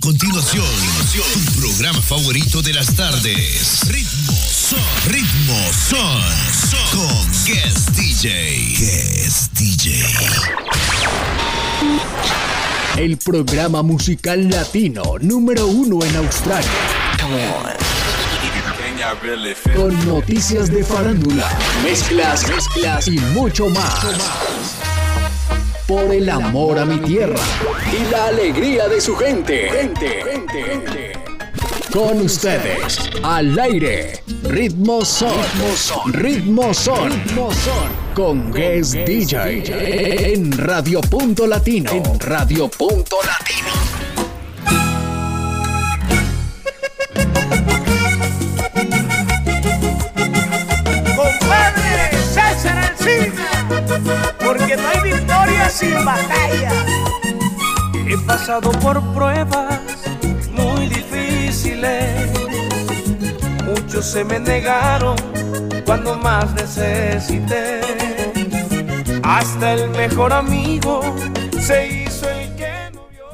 continuación, tu programa favorito de las tardes. Ritmo Son con Guest DJ. El programa musical latino número 1 en Australia. Con noticias de farándula, mezclas y mucho más. Por el amor a mi tierra y la alegría de su gente. Con ustedes, al aire, Ritmo Son. Con Guest DJ en Radio Punto Latino. Compadre César Encina, porque no hay victoria sin batalla. He pasado por pruebas muy difíciles. Muchos se me negaron cuando más necesité. Hasta el mejor amigo se hizo el que no vio.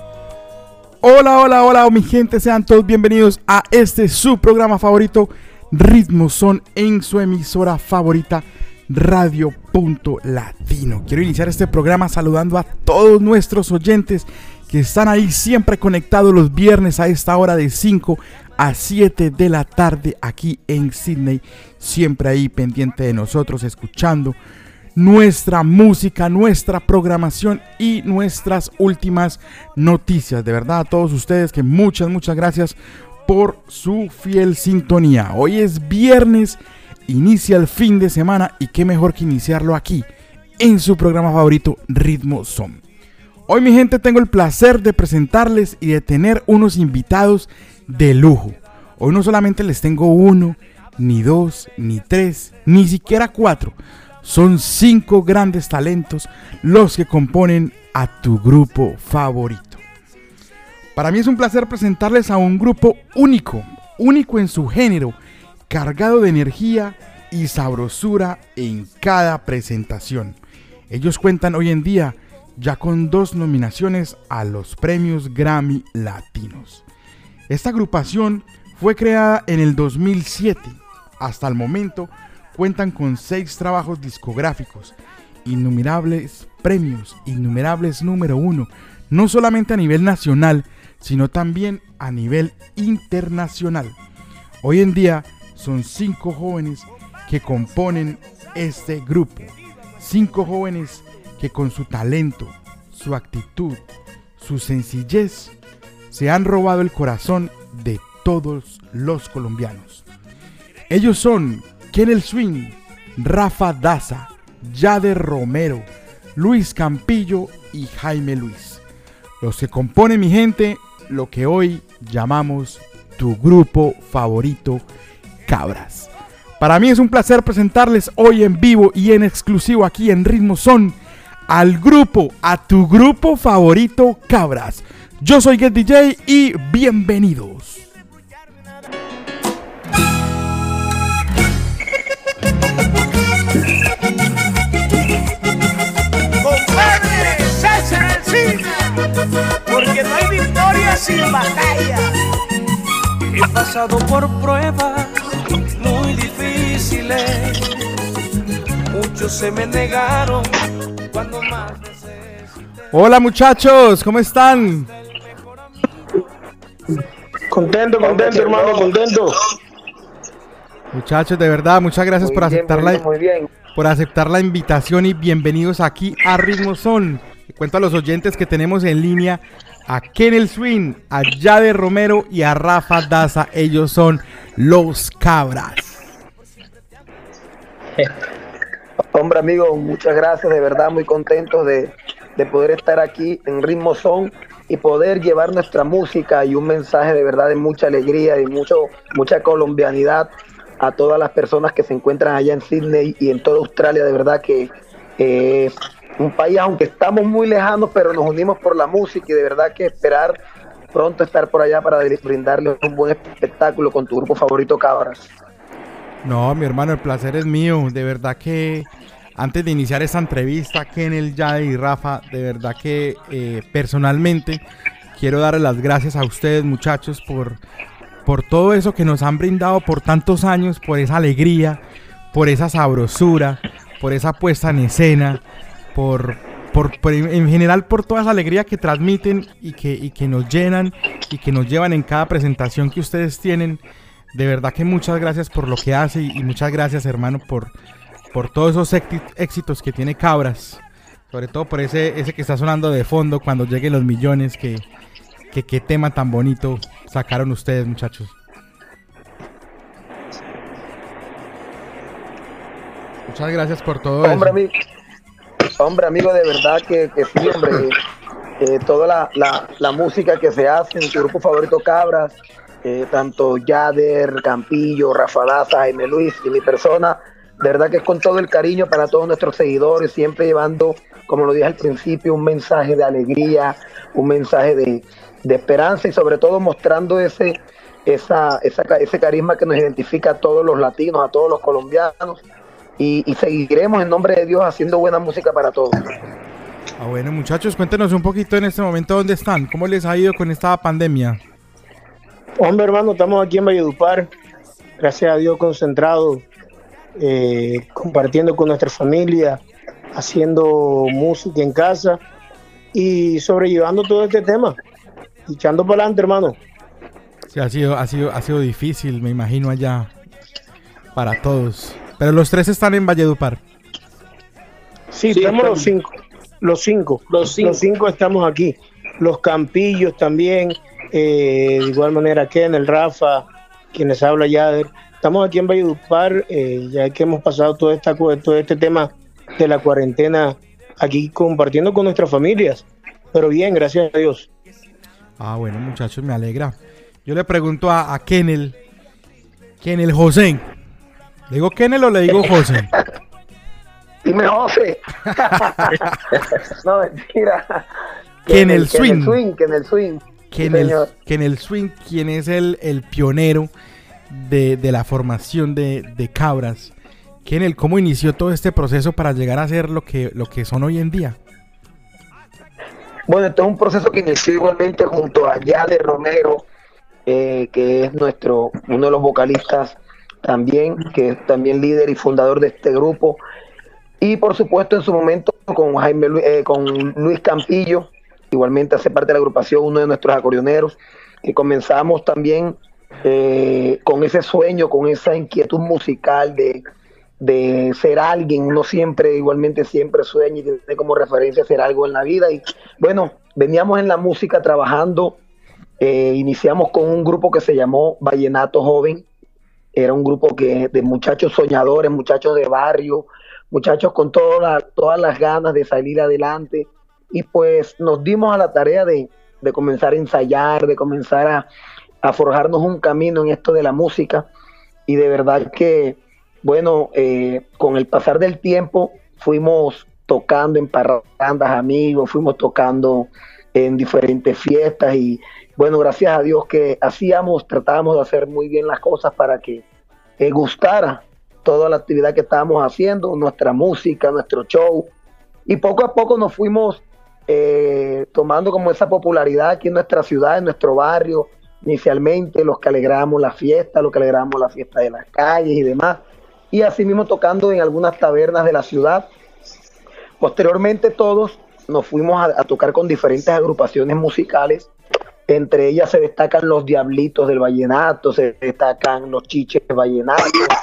Hola, mi gente, sean todos bienvenidos a su programa favorito, Ritmo Son, en su emisora favorita, Radio Punto Latino. Quiero iniciar este programa saludando a todos nuestros oyentes que están ahí siempre conectados los viernes a esta hora de 5 a 7 de la tarde aquí en Sydney, siempre ahí pendiente de nosotros, escuchando nuestra música, nuestra programación y nuestras últimas noticias. De verdad, a todos ustedes que muchas gracias por su fiel sintonía. Hoy es viernes, inicia el fin de semana y qué mejor que iniciarlo aquí en su programa favorito, Ritmo Son. Hoy, mi gente, tengo el placer de presentarles y de tener unos invitados de lujo. Hoy no solamente les tengo uno, ni dos, ni tres, ni siquiera cuatro. Son 5 grandes talentos los que componen a tu grupo favorito. Para mí es un placer presentarles a un grupo único en su género, cargado de energía y sabrosura en cada presentación. Ellos cuentan hoy en día ya con 2 nominaciones a los premios Grammy Latinos. Esta agrupación fue creada en el 2007. Hasta el momento cuentan con 6 trabajos discográficos, innumerables premios, innumerables número 1, no solamente a nivel nacional, sino también a nivel internacional. Hoy en día son 5 jóvenes que componen este grupo. 5 jóvenes que con su talento, su actitud, su sencillez, se han robado el corazón de todos los colombianos. Ellos son Kenel Swing, Rafa Daza, Yader Romero, Luis Campillo y Jaime Luis. Los que componen, mi gente, lo que hoy llamamos tu grupo favorito, Cabras. Para mí es un placer presentarles hoy en vivo y en exclusivo aquí en Ritmo Son a tu grupo favorito, Cabras. Yo soy Get DJ y bienvenidos. Compadre César Encina, porque no hay victoria sin batalla. He pasado por pruebas muy difíciles. Muchos se me negaron cuando más necesité. Hola, muchachos, ¿cómo están? Contento, hermano, contento. Muchachos, de verdad, muchas gracias por aceptar la invitación y bienvenidos aquí a Ritmo Son. Cuento a los oyentes que tenemos en línea a Kenel Swing, a Yader Romero y a Rafa Daza. Ellos son los Cabras. Hombre, amigo, muchas gracias, de verdad, muy contentos de poder estar aquí en Ritmo Son y poder llevar nuestra música y un mensaje de verdad de mucha alegría y mucha colombianidad a todas las personas que se encuentran allá en Sydney y en toda Australia. De verdad que un país, aunque estamos muy lejanos, pero nos unimos por la música y de verdad que esperar pronto estar por allá para brindarles un buen espectáculo con tu grupo favorito, Cabras. No, mi hermano, el placer es mío. De verdad que antes de iniciar esta entrevista, Kenel, Yader y Rafa, de verdad que personalmente quiero darles las gracias a ustedes, muchachos, por todo eso que nos han brindado por tantos años, por esa alegría, por esa sabrosura, por esa puesta en escena, en general por toda esa alegría que transmiten y que nos llenan y que nos llevan en cada presentación que ustedes tienen. De verdad que muchas gracias por lo que hace y muchas gracias, hermano, por todos esos éxitos que tiene Cabras, sobre todo por ese que está sonando de fondo cuando lleguen los millones. Qué tema tan bonito sacaron ustedes, muchachos. Muchas gracias por todo eso. Hombre, amigo, de verdad que sí, hombre. Toda la música que se hace en tu grupo favorito Cabras, tanto Yader, Campillo, Rafa Daza, Jaime Luis y mi persona, de verdad que es con todo el cariño para todos nuestros seguidores, siempre llevando, como lo dije al principio, un mensaje de alegría, un mensaje de esperanza y sobre todo mostrando ese carisma que nos identifica a todos los latinos, a todos los colombianos, y seguiremos en nombre de Dios haciendo buena música para todos. Bueno, muchachos, cuéntenos un poquito en este momento dónde están, cómo les ha ido con esta pandemia. Hombre, hermano, estamos aquí en Valledupar, gracias a Dios, concentrados, compartiendo con nuestra familia, haciendo música en casa y sobrellevando todo este tema, echando para adelante, hermano. Sí, ha sido difícil, me imagino, allá para todos. Pero los tres están en Valledupar. Sí, estamos los cinco estamos aquí. Los Campillos también, de igual manera Ken, el Rafa, quienes habla Yader. Estamos aquí en Valledupar, ya que hemos pasado todo este tema de la cuarentena aquí compartiendo con nuestras familias. Pero bien, gracias a Dios. Bueno, muchachos, me alegra. Yo le pregunto a Kenel José. ¿Le digo Kenel o le digo José? Dime José. No, mentira. Kenel Swing. Kenel Swing. Kenel Swing, quien es el pionero de la formación de Cabras. Kenel, ¿cómo inició todo este proceso para llegar a ser lo que son hoy en día? Bueno, esto es un proceso que inició igualmente junto a Yader Romero, que es uno de los vocalistas también, que es también líder y fundador de este grupo. Y por supuesto en su momento con Luis Campillo, igualmente hace parte de la agrupación, uno de nuestros acordeoneros, que comenzamos también con ese sueño, con esa inquietud musical de ser alguien. Uno siempre sueña y tiene como referencia ser algo en la vida. Y bueno, veníamos en la música trabajando, iniciamos con un grupo que se llamó Vallenato Joven. Era un grupo de muchachos soñadores, muchachos de barrio, muchachos con todas las ganas de salir adelante. Y pues nos dimos a la tarea de comenzar a ensayar, de comenzar a forjarnos un camino en esto de la música. Y de verdad que, bueno, con el pasar del tiempo fuimos tocando en parrandas, amigos, fuimos tocando en diferentes fiestas y bueno, gracias a Dios que tratábamos de hacer muy bien las cosas para que gustara toda la actividad que estábamos haciendo, nuestra música, nuestro show, y poco a poco nos fuimos tomando como esa popularidad aquí en nuestra ciudad, en nuestro barrio, inicialmente los que alegramos la fiesta de las calles y demás, y así mismo tocando en algunas tabernas de la ciudad. Posteriormente todos nos fuimos a tocar con diferentes agrupaciones musicales. Entre ellas se destacan los Diablitos del Vallenato, se destacan los Chiches Vallenatos,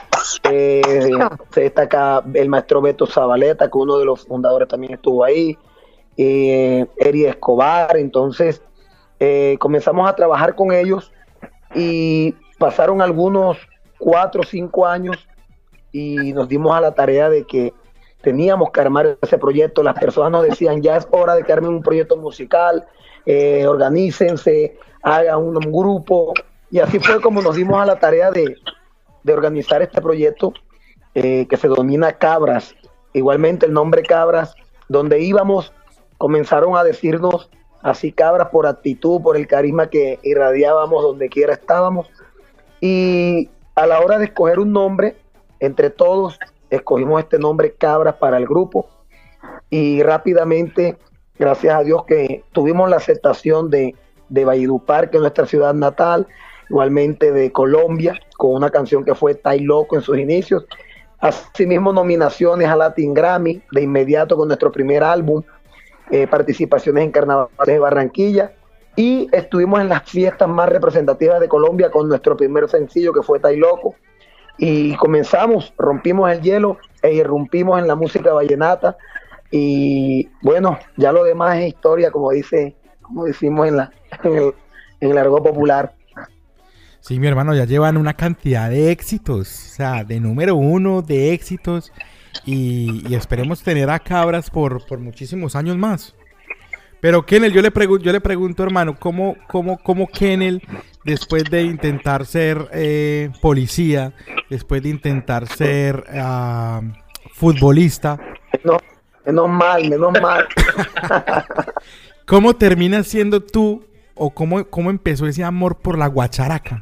se destaca el maestro Beto Zabaleta, que uno de los fundadores también estuvo ahí, Eri Escobar. Entonces comenzamos a trabajar con ellos y pasaron algunos 4 o 5 años y nos dimos a la tarea de que teníamos que armar ese proyecto. Las personas nos decían, ya es hora de que armen un proyecto musical, organícense, hagan un grupo, y así fue como nos dimos a la tarea de organizar este proyecto que se denomina Cabras. Igualmente el nombre Cabras, donde íbamos, comenzaron a decirnos así Cabras por actitud, por el carisma que irradiábamos donde quiera estábamos, y a la hora de escoger un nombre, entre todos escogimos este nombre Cabras para el grupo, y rápidamente, gracias a Dios que tuvimos la aceptación de de Valledupar, que es nuestra ciudad natal, igualmente de Colombia, con una canción que fue Tai Loco en sus inicios. Asimismo, nominaciones a Latin Grammy de inmediato con nuestro primer álbum, participaciones en carnavales de Barranquilla, y estuvimos en las fiestas más representativas de Colombia con nuestro primer sencillo, que fue Tai Loco, y comenzamos, rompimos el hielo e irrumpimos en la música vallenata, y bueno, ya lo demás es historia, como decimos en el argot popular. Sí, mi hermano, ya llevan una cantidad de éxitos, o sea, de número 1 de éxitos, y esperemos tener a Cabras por muchísimos años más. Pero Kennel, yo le pregunto, hermano, ¿cómo Kennel, después de intentar ser policía, después de intentar ser futbolista? Menos mal. ¿Cómo terminas siendo tú, o cómo empezó ese amor por la guacharaca?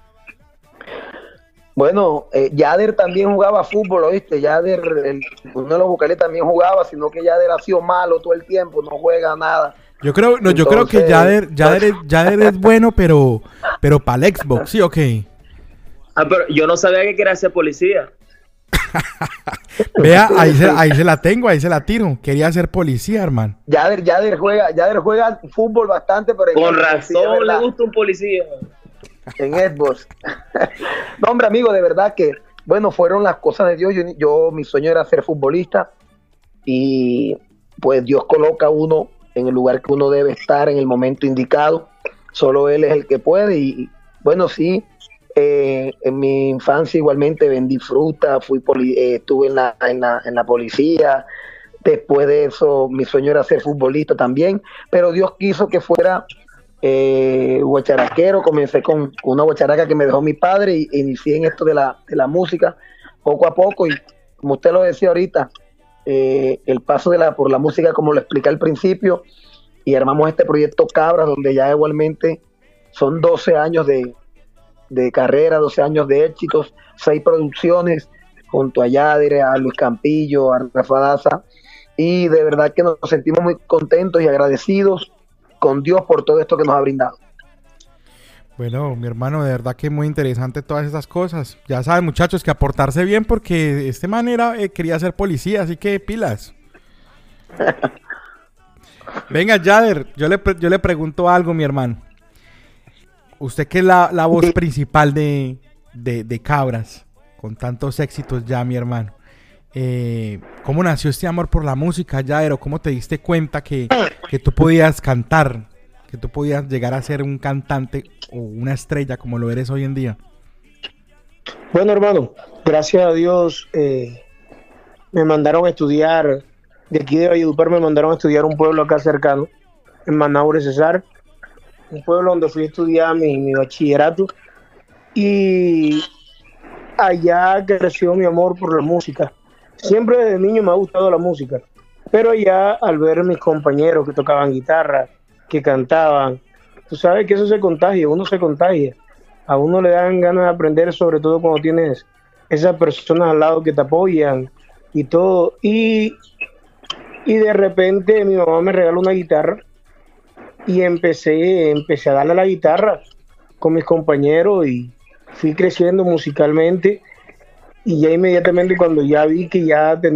Bueno, Yader también jugaba fútbol, ¿oíste? Yader, uno de los vocales también jugaba, sino que Yader ha sido malo todo el tiempo, no juega nada. Yo creo que Yader es bueno, pero para el Xbox, ¿sí o qué? Pero yo no sabía que quería ser policía. Vea, ahí se la tengo, ahí se la tiro. Quería ser policía, hermano. Yader juega fútbol bastante, pero con razón le gusta un policía. En Xbox. No, hombre, amigo, de verdad que, bueno, fueron las cosas de Dios. Mi sueño era ser futbolista, y pues Dios coloca a uno en el lugar que uno debe estar en el momento indicado. Solo Él es el que puede, y bueno, sí, en mi infancia igualmente vendí fruta, estuve en la policía. Después de eso, mi sueño era ser futbolista también, pero Dios quiso que fuera guacharaquero. Comencé con una guacharaca que me dejó mi padre, y inicié en esto de la música poco a poco, y como usted lo decía ahorita, el paso por la música, como lo expliqué al principio, y armamos este proyecto Cabras, donde ya igualmente son 12 años de carrera, 12 años de éxitos, 6 producciones junto a Yader, a Luis Campillo, a Rafa Daza, y de verdad que nos sentimos muy contentos y agradecidos con Dios por todo esto que nos ha brindado. Bueno, mi hermano, de verdad que muy interesante todas estas cosas. Ya saben, muchachos, que aportarse bien, porque este man quería ser policía, así que pilas. Venga, Yader, yo le pregunto algo, mi hermano. Usted, que es la voz principal de Cabras, con tantos éxitos ya, mi hermano. ¿Cómo nació este amor por la música, Yader? ¿O cómo te diste cuenta que tú podías cantar, que tú podías llegar a ser un cantante o una estrella como lo eres hoy en día? Bueno, hermano, gracias a Dios me mandaron a estudiar, de aquí de Valledupar me mandaron a estudiar un pueblo acá cercano, en Manaure, Cesar, un pueblo donde fui a estudiar mi bachillerato, y allá creció mi amor por la música. Siempre desde niño me ha gustado la música, pero ya al ver mis compañeros que tocaban guitarra, que cantaban, tú sabes que eso se contagia, uno se contagia, a uno le dan ganas de aprender, sobre todo cuando tienes esas personas al lado que te apoyan y todo, y de repente mi mamá me regaló una guitarra, y empecé a darle a la guitarra con mis compañeros, y fui creciendo musicalmente. Y ya inmediatamente, cuando ya vi que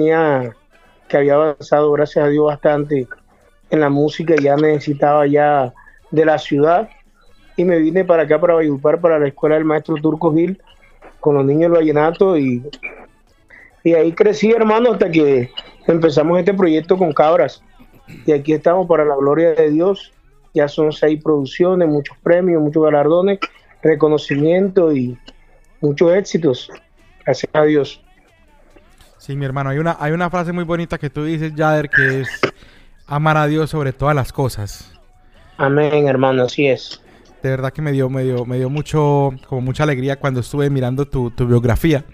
había avanzado, gracias a Dios, bastante en la música, ya necesitaba ya de la ciudad, y me vine para acá, para Valledupar, para la escuela del maestro Turco Gil, con los niños del vallenato, y ahí crecí, hermano, hasta que empezamos este proyecto con Cabras, y aquí estamos, para la gloria de Dios. Ya son 6 producciones, muchos premios, muchos galardones, reconocimiento y muchos éxitos. Gracias a Dios. Sí, mi hermano, hay una frase muy bonita que tú dices, Yader, que es amar a Dios sobre todas las cosas. Amén, hermano, así es. De verdad que me dio mucha alegría cuando estuve mirando tu biografía,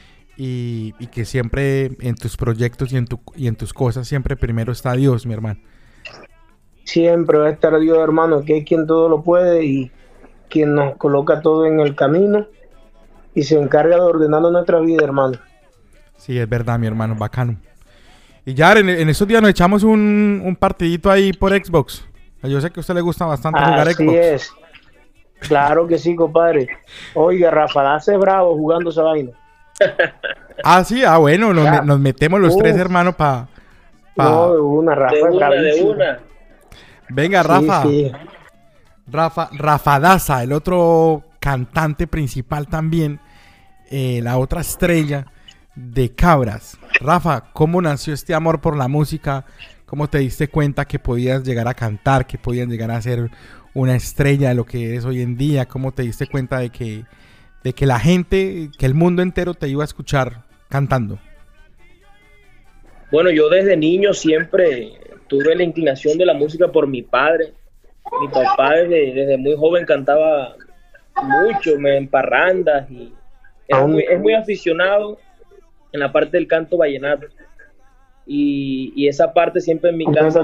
y que siempre en tus proyectos y en tus cosas siempre primero está Dios, mi hermano. Siempre va a estar Dios, hermano, que es quien todo lo puede y quien nos coloca todo en el camino y se encarga de ordenar nuestra vida, hermano. Sí, es verdad, mi hermano, bacano. Y ya en esos días nos echamos un partidito ahí por Xbox. Yo sé que a usted le gusta bastante jugar Xbox. Así es. Claro que sí, compadre. Oiga, Rafa, dase bravo jugando esa vaina. Sí, bueno, nos metemos los tres hermanos para... No, de una, Rafa. De una. Venga, Rafa. Sí. Rafa Daza, el otro cantante principal también, la otra estrella de Cabras. Rafa, ¿cómo nació este amor por la música? ¿Cómo te diste cuenta que podías llegar a cantar, que podías llegar a ser una estrella de lo que eres hoy en día? ¿Cómo te diste cuenta de que la gente, que el mundo entero te iba a escuchar cantando? Bueno, yo desde niño siempre tuve la inclinación de la música por mi padre. Mi papá desde muy joven cantaba mucho, en parrandas, y es muy aficionado en la parte del canto vallenato. Y esa parte siempre en mi casa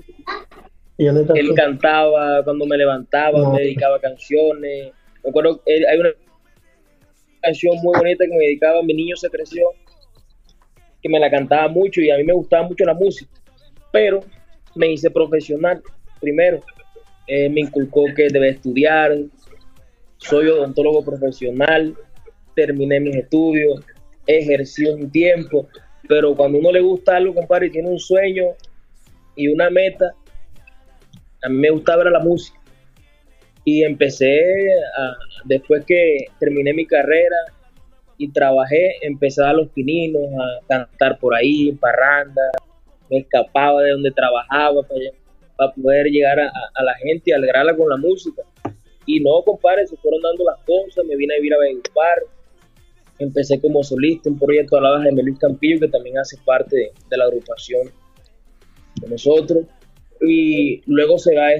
él cantaba cuando me levantaba, me dedicaba canciones. Me acuerdo, hay una canción muy bonita que me dedicaba, Mi niño se creció, que me la cantaba mucho y a mí me gustaba mucho la música, pero me hice profesional primero. Me inculcó que debe estudiar, soy odontólogo profesional, terminé mis estudios, ejercí un tiempo, pero cuando uno le gusta algo, compadre, y tiene un sueño y una meta, a mí me gustaba ver la música. Y empecé, después que terminé mi carrera y trabajé, empecé a dar los pininos, a cantar por ahí, en parrandas, me escapaba de donde trabajaba para poder llegar a la gente y alegrarla con la música. Y no, compadre, se fueron dando las cosas, me vine a vivir a Valledupar, empecé como solista, un proyecto a la de Luis Campillo, que también hace parte de la agrupación de nosotros. Y luego se da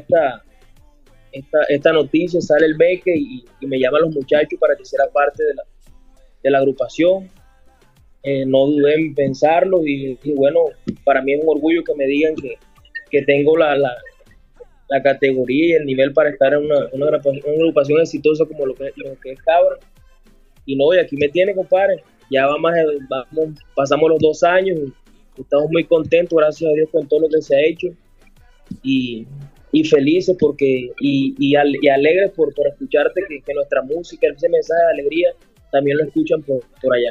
esta noticia, sale el beque y me llaman los muchachos para que hiciera parte de la agrupación. No dudé en pensarlo y bueno, para mí es un orgullo que me digan que tengo la categoría y el nivel para estar en una agrupación exitosa como lo que es Cabra. Y no, y aquí me tiene, compadre. Ya pasamos los 2 años y estamos muy contentos, gracias a Dios, con todo lo que se ha hecho. Y felices y alegres por escucharte que nuestra música, ese mensaje de alegría, también lo escuchan por allá.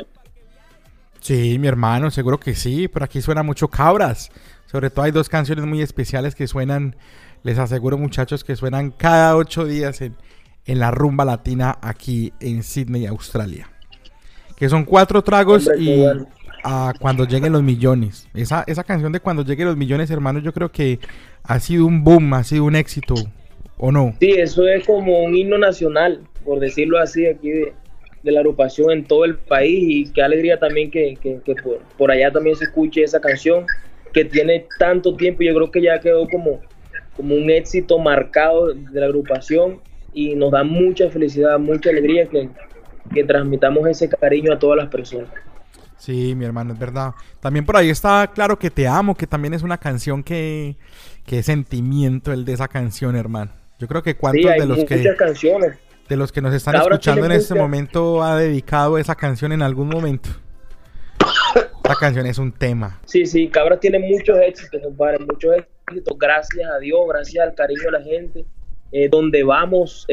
Sí, mi hermano, seguro que sí. Por aquí suena mucho Cabras. Sobre todo hay 2 canciones muy especiales que suenan, les aseguro, muchachos, que suenan cada 8 días en la rumba latina aquí en Sydney, Australia. Que son 4 tragos. Hombre, y bueno, Cuando lleguen los millones. Esa canción de Cuando lleguen los millones, hermanos, yo creo que ha sido un boom, ha sido un éxito, ¿o no? Sí, eso es como un himno nacional, por decirlo así, aquí de la agrupación en todo el país. Y qué alegría también que por allá también se escuche esa canción, que tiene tanto tiempo. Yo creo que ya quedó como un éxito marcado de la agrupación, y nos da mucha felicidad, mucha alegría que transmitamos ese cariño a todas las personas. Sí, mi hermano, es verdad. También por ahí está Claro que te amo, que también es una canción que sentimiento el de esa canción, hermano. Yo creo que cuántos sí, de los que nos están escuchando en este momento ha dedicado esa canción en algún momento. Esa canción es un tema. Sí, Cabra tiene muchos éxitos, compadre, muchos éxitos, gracias a Dios, gracias al cariño de la gente. Donde vamos,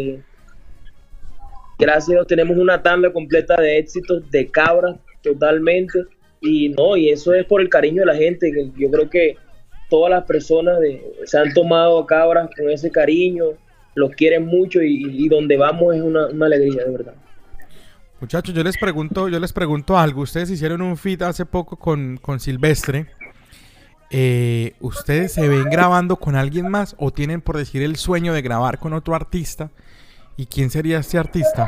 gracias a Dios, tenemos una tanda completa de éxitos de Cabra, totalmente. Y eso es por el cariño de la gente. Yo creo que todas las personas se han tomado a Cabra con ese cariño, los quieren mucho, y donde vamos es una alegría, de verdad. Muchachos, yo les pregunto algo. Ustedes hicieron un feat hace poco con Silvestre. ¿Ustedes se ven grabando con alguien más o tienen, por decir, el sueño de grabar con otro artista? ¿Y quién sería este artista?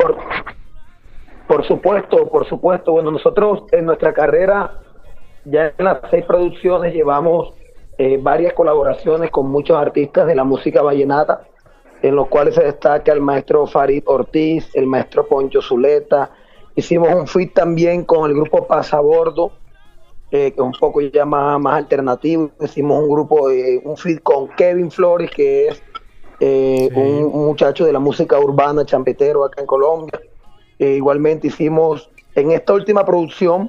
Por supuesto. Bueno, nosotros en nuestra carrera, ya en las 6 producciones, llevamos varias colaboraciones con muchos artistas de la música vallenata, en los cuales se destaca el maestro Farid Ortiz, el maestro Poncho Zuleta. Hicimos un feat también con el grupo Pasabordo, que es un poco ya más alternativo. Hicimos un feat con Kevin Flores, que es un muchacho de la música urbana, champetero acá en Colombia. Igualmente hicimos en esta última producción,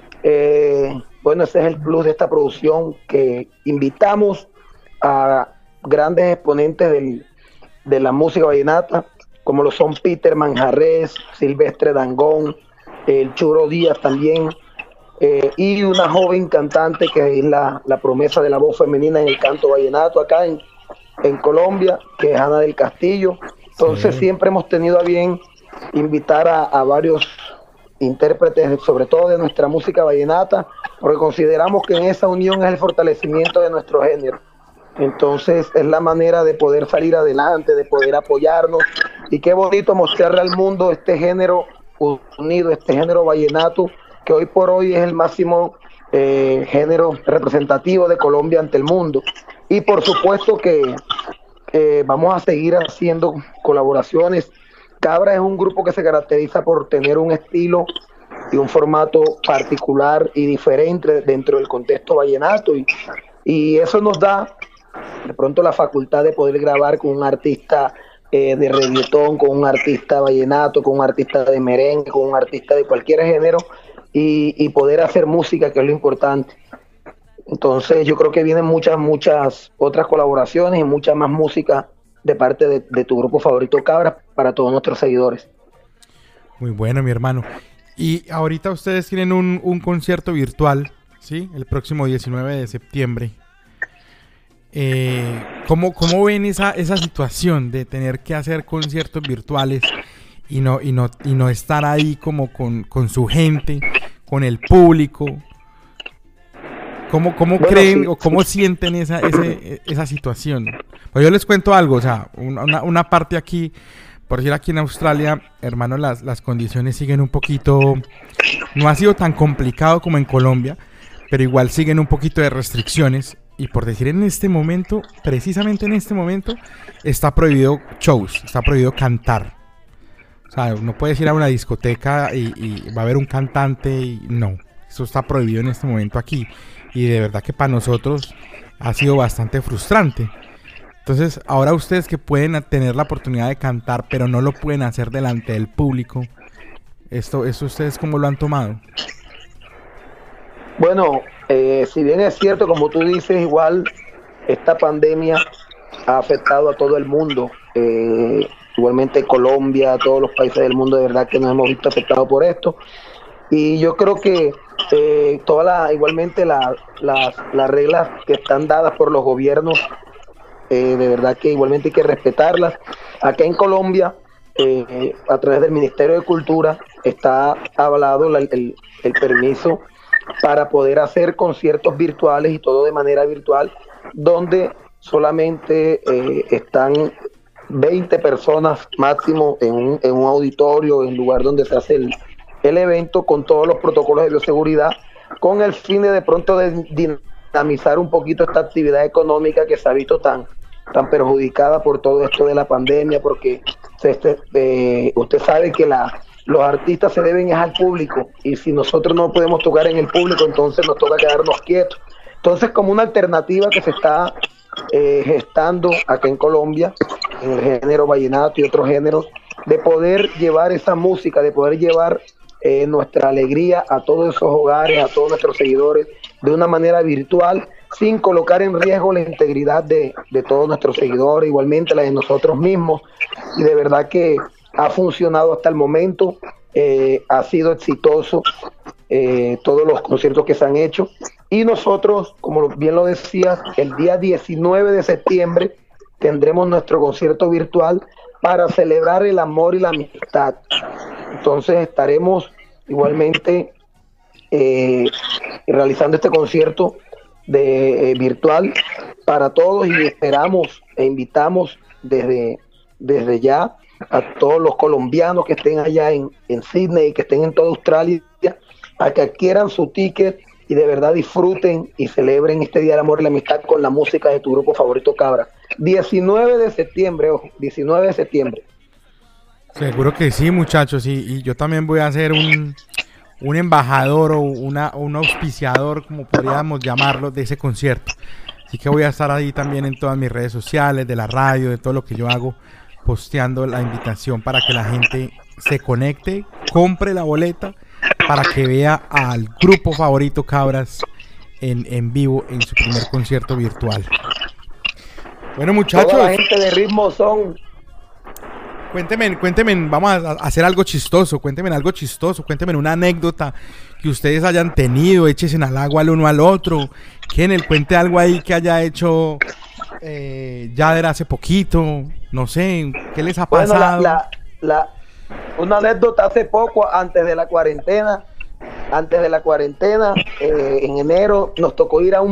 bueno, ese es el plus de esta producción, que invitamos a grandes exponentes de la música vallenata, como lo son Peter Manjarrés, Silvestre Dangond, el Churo Díaz también, y una joven cantante que es la promesa de la voz femenina en el canto vallenato acá en Colombia, que es Ana del Castillo. Entonces siempre hemos tenido a bien invitar a varios intérpretes, sobre todo de nuestra música vallenata, porque consideramos que en esa unión es el fortalecimiento de nuestro género. Entonces es la manera de poder salir adelante, de poder apoyarnos, y qué bonito mostrarle al mundo este género unido, este género vallenato, que hoy por hoy es el máximo género representativo de Colombia ante el mundo. Y por supuesto que vamos a seguir haciendo colaboraciones. Cabra es un grupo que se caracteriza por tener un estilo y un formato particular y diferente dentro del contexto vallenato, y eso nos da de pronto la facultad de poder grabar con un artista de reggaetón, con un artista vallenato, con un artista de merengue, con un artista de cualquier género, y poder hacer música, que es lo importante. Entonces yo creo que vienen muchas otras colaboraciones y mucha más música de parte de tu grupo favorito Cabra para todos nuestros seguidores. Muy bueno, mi hermano. Y ahorita ustedes tienen un concierto virtual, ¿sí? El próximo 19 de septiembre. ¿Cómo ven esa situación de tener que hacer conciertos virtuales y no estar ahí como con su gente, con el público? ¿Cómo creen o cómo sienten esa situación? Pues yo les cuento algo, o sea, una parte aquí, por decir, aquí en Australia, hermano, las condiciones siguen un poquito, no ha sido tan complicado como en Colombia, pero igual siguen un poquito de restricciones, y por decir, en este momento, precisamente en este momento, está prohibido shows, está prohibido cantar. O sea, no puedes ir a una discoteca y va a haber un cantante, y no, eso está prohibido en este momento aquí. Y de verdad que para nosotros ha sido bastante frustrante. Entonces, ahora ustedes que pueden tener la oportunidad de cantar, pero no lo pueden hacer delante del público, ¿eso ustedes cómo lo han tomado? Bueno, si bien es cierto, como tú dices, igual esta pandemia ha afectado a todo el mundo. Igualmente Colombia, todos los países del mundo, de verdad que nos hemos visto afectados por esto. Y yo creo que igualmente las reglas que están dadas por los gobiernos, de verdad que igualmente hay que respetarlas. Acá en Colombia, a través del Ministerio de Cultura, está avalado el permiso para poder hacer conciertos virtuales, y todo de manera virtual, donde solamente están 20 personas máximo en un auditorio, en el lugar donde se hace el evento, con todos los protocolos de bioseguridad, con el fin de pronto de dinamizar un poquito esta actividad económica que se ha visto tan perjudicada por todo esto de la pandemia, porque usted sabe que los artistas se deben al público, y si nosotros no podemos tocar en el público, entonces nos toca quedarnos quietos. Entonces, como una alternativa que se está gestando acá en Colombia, en el género vallenato y otros géneros, de poder llevar esa música, de poder llevar nuestra alegría a todos esos hogares, a todos nuestros seguidores, de una manera virtual, sin colocar en riesgo la integridad de todos nuestros seguidores, igualmente la de nosotros mismos. Y de verdad que ha funcionado hasta el momento, ha sido exitoso todos los conciertos que se han hecho, y nosotros, como bien lo decías, el día 19 de septiembre tendremos nuestro concierto virtual para celebrar el amor y la amistad. Entonces estaremos igualmente realizando este concierto virtual para todos, y esperamos e invitamos desde ya a todos los colombianos que estén allá en Sydney y que estén en toda Australia, a que adquieran su ticket y de verdad disfruten y celebren este Día del Amor y la Amistad con la música de tu grupo favorito Cabra. 19 de septiembre, ojo, 19 de septiembre. Seguro que sí, muchachos, y yo también voy a ser un embajador o un auspiciador, como podríamos llamarlo, de ese concierto. Así que voy a estar ahí también en todas mis redes sociales, de la radio, de todo lo que yo hago, posteando la invitación para que la gente se conecte, compre la boleta para que vea al grupo favorito Cabras en vivo en su primer concierto virtual. Bueno, muchachos. Toda la gente de Ritmo Son. Cuéntenme, vamos a hacer algo chistoso. Cuéntenme algo chistoso. Cuéntenme una anécdota que ustedes hayan tenido. Échense al agua al uno al otro. Kennel, cuente algo ahí que haya hecho Yader hace poquito. No sé, ¿qué les ha pasado? Bueno, una anécdota hace poco, antes de la cuarentena, en enero, nos tocó ir a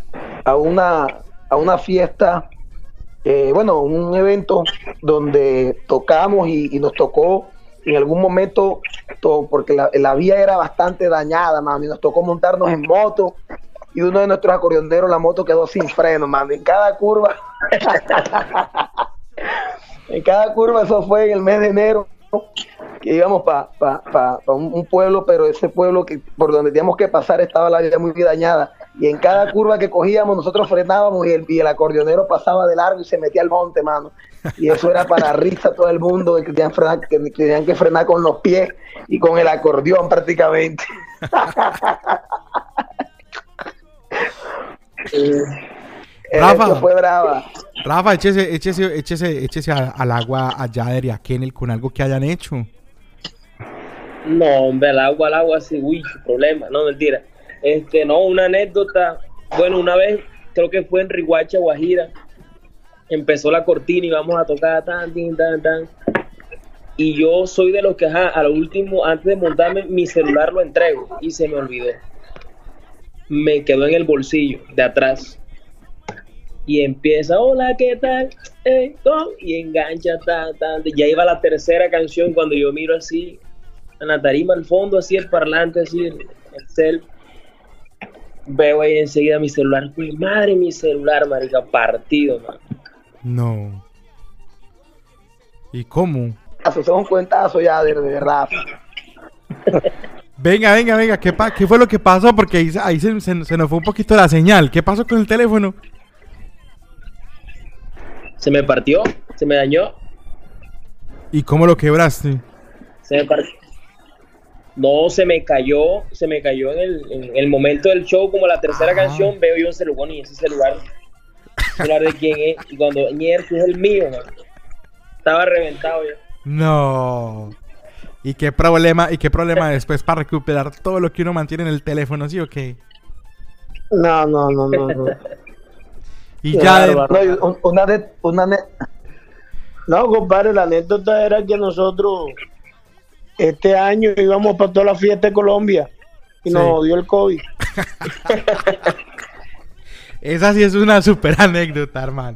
una fiesta. Un evento donde tocamos y nos tocó en algún momento, porque la vía era bastante dañada, mano, y nos tocó montarnos en moto, y uno de nuestros acordeoneros, la moto quedó sin freno, mano, en cada curva, eso fue en el mes de enero, que íbamos para un pueblo, pero ese pueblo que por donde teníamos que pasar estaba la vía muy dañada. Y en cada curva que cogíamos nosotros frenábamos y el acordeonero pasaba de largo y se metía al monte, mano. Y eso era para risa a todo el mundo, que tenían que frenar con los pies y con el acordeón prácticamente. Rafa, fue brava. Rafa, échese al agua a Yader y a Kennel con algo que hayan hecho. No, hombre, al agua sí, problema, no, mentira. No, una anécdota. Bueno, una vez, creo que fue en Riguacha, Guajira, empezó la cortina y vamos a tocar tan. Y yo soy de los que, a lo último, antes de montarme, mi celular lo entrego y se me olvidó. Me quedó en el bolsillo de atrás. Y empieza, hola, ¿qué tal? Y engancha, ya iba la tercera canción cuando yo miro así, a la tarima al fondo, así el parlante, así el cel. Veo ahí enseguida mi celular. Uy, madre, mi celular, marica, partido, man. No. ¿Y cómo? Eso es un cuentazo ya de Rafa. Venga. ¿Qué fue lo que pasó? Porque ahí se nos fue un poquito la señal. ¿Qué pasó con el teléfono? Se me partió, se me dañó. ¿Y cómo lo quebraste? Se me partió. No, se me cayó en el momento del show, como la tercera canción, veo yo un celular, y ese celular de quién es, y cuando es el mío, man. Estaba reventado ya. No. ¿Y qué problema después para recuperar todo lo que uno mantiene en el teléfono, sí o qué? No. Y ya No, compadre, la anécdota era que nosotros este año íbamos para toda la fiesta de Colombia y nos dio el COVID. Esa sí es una super anécdota, hermano.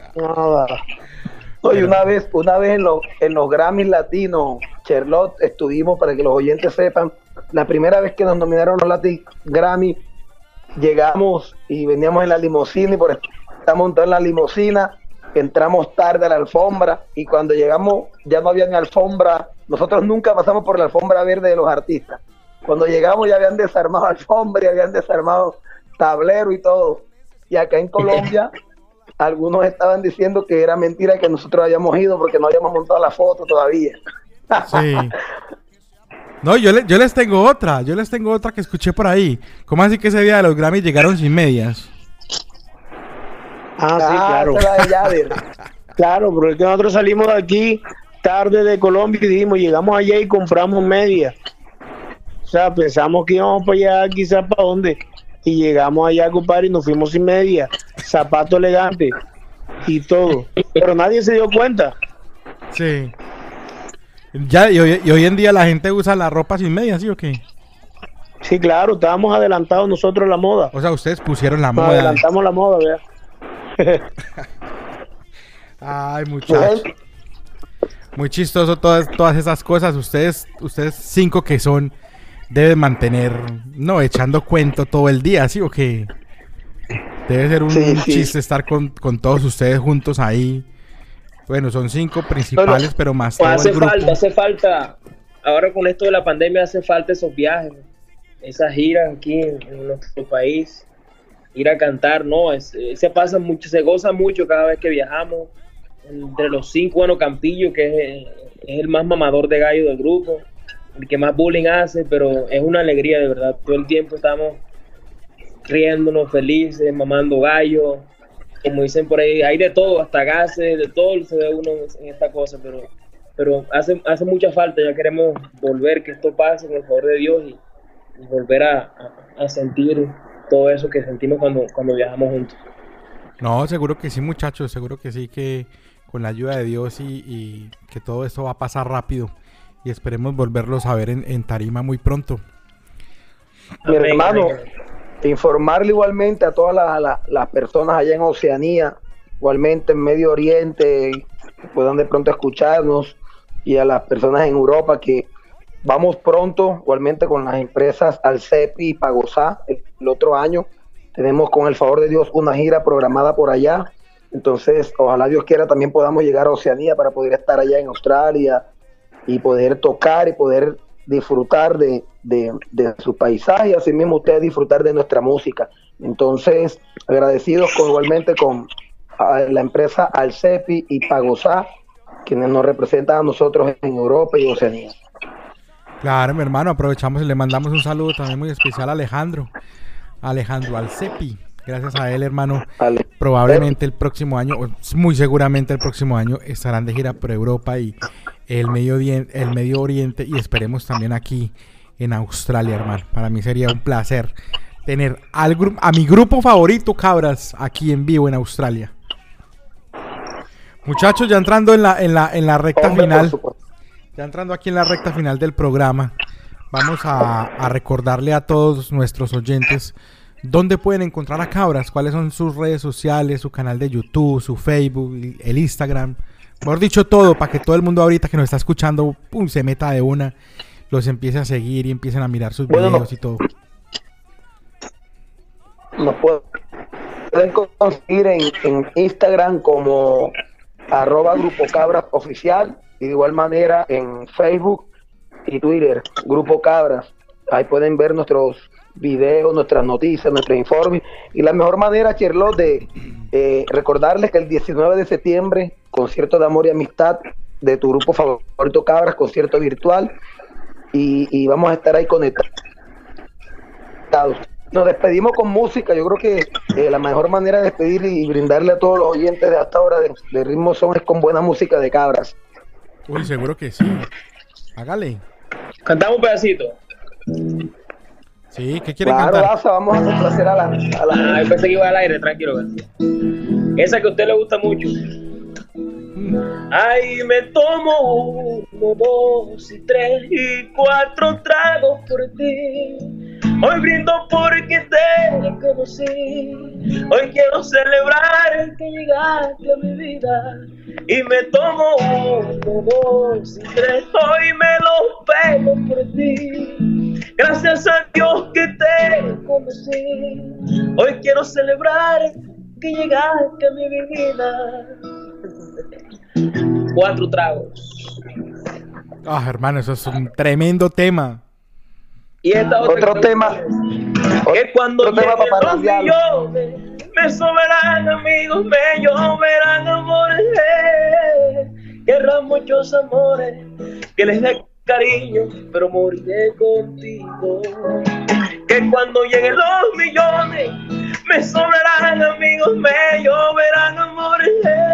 Oye, una vez en los Grammys Latinos, Charlotte, estuvimos, para que los oyentes sepan, la primera vez que nos nominaron los Latin Grammy, llegamos y veníamos en la limusina y por estar montados en la limusina, entramos tarde a la alfombra y cuando llegamos ya no había ni alfombra. Nosotros nunca pasamos por la alfombra verde de los artistas. Cuando llegamos ya habían desarmado alfombra y habían desarmado tablero y todo. Y acá en Colombia algunos estaban diciendo que era mentira que nosotros habíamos ido porque no habíamos montado la foto todavía. Sí. No, yo les tengo otra que escuché por ahí. ¿Cómo así que ese día de los Grammy llegaron sin medias? Sí, claro. Claro, porque es que nosotros salimos de aquí tarde de Colombia y dijimos, llegamos allá y compramos medias. O sea, pensamos que íbamos para allá, quizás para dónde. Y llegamos allá, compadre, y nos fuimos sin media, zapato elegante y todo. Pero nadie se dio cuenta. Sí. Ya, y hoy en día la gente usa la ropa sin medias, ¿sí o qué? Sí, claro, estábamos adelantados nosotros en la moda. O sea, ustedes pusieron la moda. Adelantamos la moda, vea. Ay, muchachos. Muy chistoso todas esas cosas. Ustedes 5 que son, deben mantener, no, echando cuento todo el día, ¿sí o qué? Debe ser un chiste estar con todos ustedes juntos ahí. Bueno, son 5 principales, pero más todo el grupo. Hace falta, ahora con esto de la pandemia hace falta esos viajes, esas giras aquí en nuestro país, ir a cantar, ¿no? Se pasa mucho, se goza mucho cada vez que viajamos. Entre los 5, bueno, Campillo, que es el más mamador de gallo del grupo, el que más bullying hace, pero es una alegría de verdad. Todo el tiempo estamos riéndonos, felices, mamando gallo, como dicen por ahí, hay de todo, hasta gases, de todo se ve uno en esta cosa, pero hace mucha falta. Ya queremos volver, que esto pase con el favor de Dios y volver a sentir todo eso que sentimos cuando viajamos juntos. No, seguro que sí, muchachos, seguro que sí, que con la ayuda de Dios y que todo esto va a pasar rápido y esperemos volverlos a ver en tarima muy pronto. Mi hermano, informarle igualmente a todas las personas allá en Oceanía, igualmente en Medio Oriente, que puedan de pronto escucharnos, y a las personas en Europa que vamos pronto, igualmente con las empresas Alcepi y Pagosá, el otro año. Tenemos, con el favor de Dios, una gira programada por allá. Entonces, ojalá Dios quiera también podamos llegar a Oceanía para poder estar allá en Australia y poder tocar y poder disfrutar de su paisaje, y así mismo ustedes disfrutar de nuestra música. Entonces, agradecidos igualmente con la empresa Alcepi y Pagosá, quienes nos representan a nosotros en Europa y Oceanía. Claro, mi hermano, aprovechamos y le mandamos un saludo también muy especial a Alejandro Alcepi. Gracias a él, hermano, probablemente el próximo año, muy seguramente el próximo año, estarán de gira por Europa y el Medio Oriente, y esperemos también aquí en Australia, hermano. Para mí sería un placer tener a mi grupo favorito, Cabras, aquí en vivo en Australia. Muchachos, ya entrando en la recta final, ya entrando aquí en la recta final del programa, vamos a recordarle a todos nuestros oyentes dónde pueden encontrar a Cabras, cuáles son sus redes sociales, su canal de YouTube, su Facebook, el Instagram, mejor dicho todo, para que todo el mundo ahorita que nos está escuchando, se meta de una, los empiece a seguir y empiecen a mirar sus videos y todo. Nos pueden conseguir en Instagram como @Grupo Cabras Oficial, y de igual manera en Facebook y Twitter, Grupo Cabras. Ahí pueden ver nuestros videos, nuestras noticias, nuestros informes, y la mejor manera, Charlotte, de recordarles que el 19 de septiembre, concierto de amor y amistad de tu grupo favorito Cabras, concierto virtual, y vamos a estar ahí conectados. Nos despedimos con música. Yo creo que la mejor manera de despedir y brindarle a todos los oyentes de hasta ahora de Ritmo Son es con buena música de Cabras. Uy, seguro que sí. Hágale. Cantamos un pedacito. Sí, ¿qué quieren cantar? Claro, Laza, vamos a complacer a la... Yo pensé que iba al aire, tranquilo. Esa que a usted le gusta mucho. Ay, me tomo 1, 2 y 3 y 4 tragos por ti. Hoy brindo porque te conocí. Hoy quiero celebrar que llegaste a mi vida. Y me tomo 1, 2 y 3. Hoy me lo pego por ti. Gracias a Dios que te conocí. Hoy quiero celebrar que llegaste a mi vida. 4 tragos. Ah, hermano, eso es un tremendo tema. Y esta otro tema. Que cuando lleguen los millones, me sobrarán amigos, me lloverán amores. Querrán muchos amores, que les dé cariño, pero moriré contigo. Que cuando lleguen los millones, me sobrarán amigos, me lloverán amores.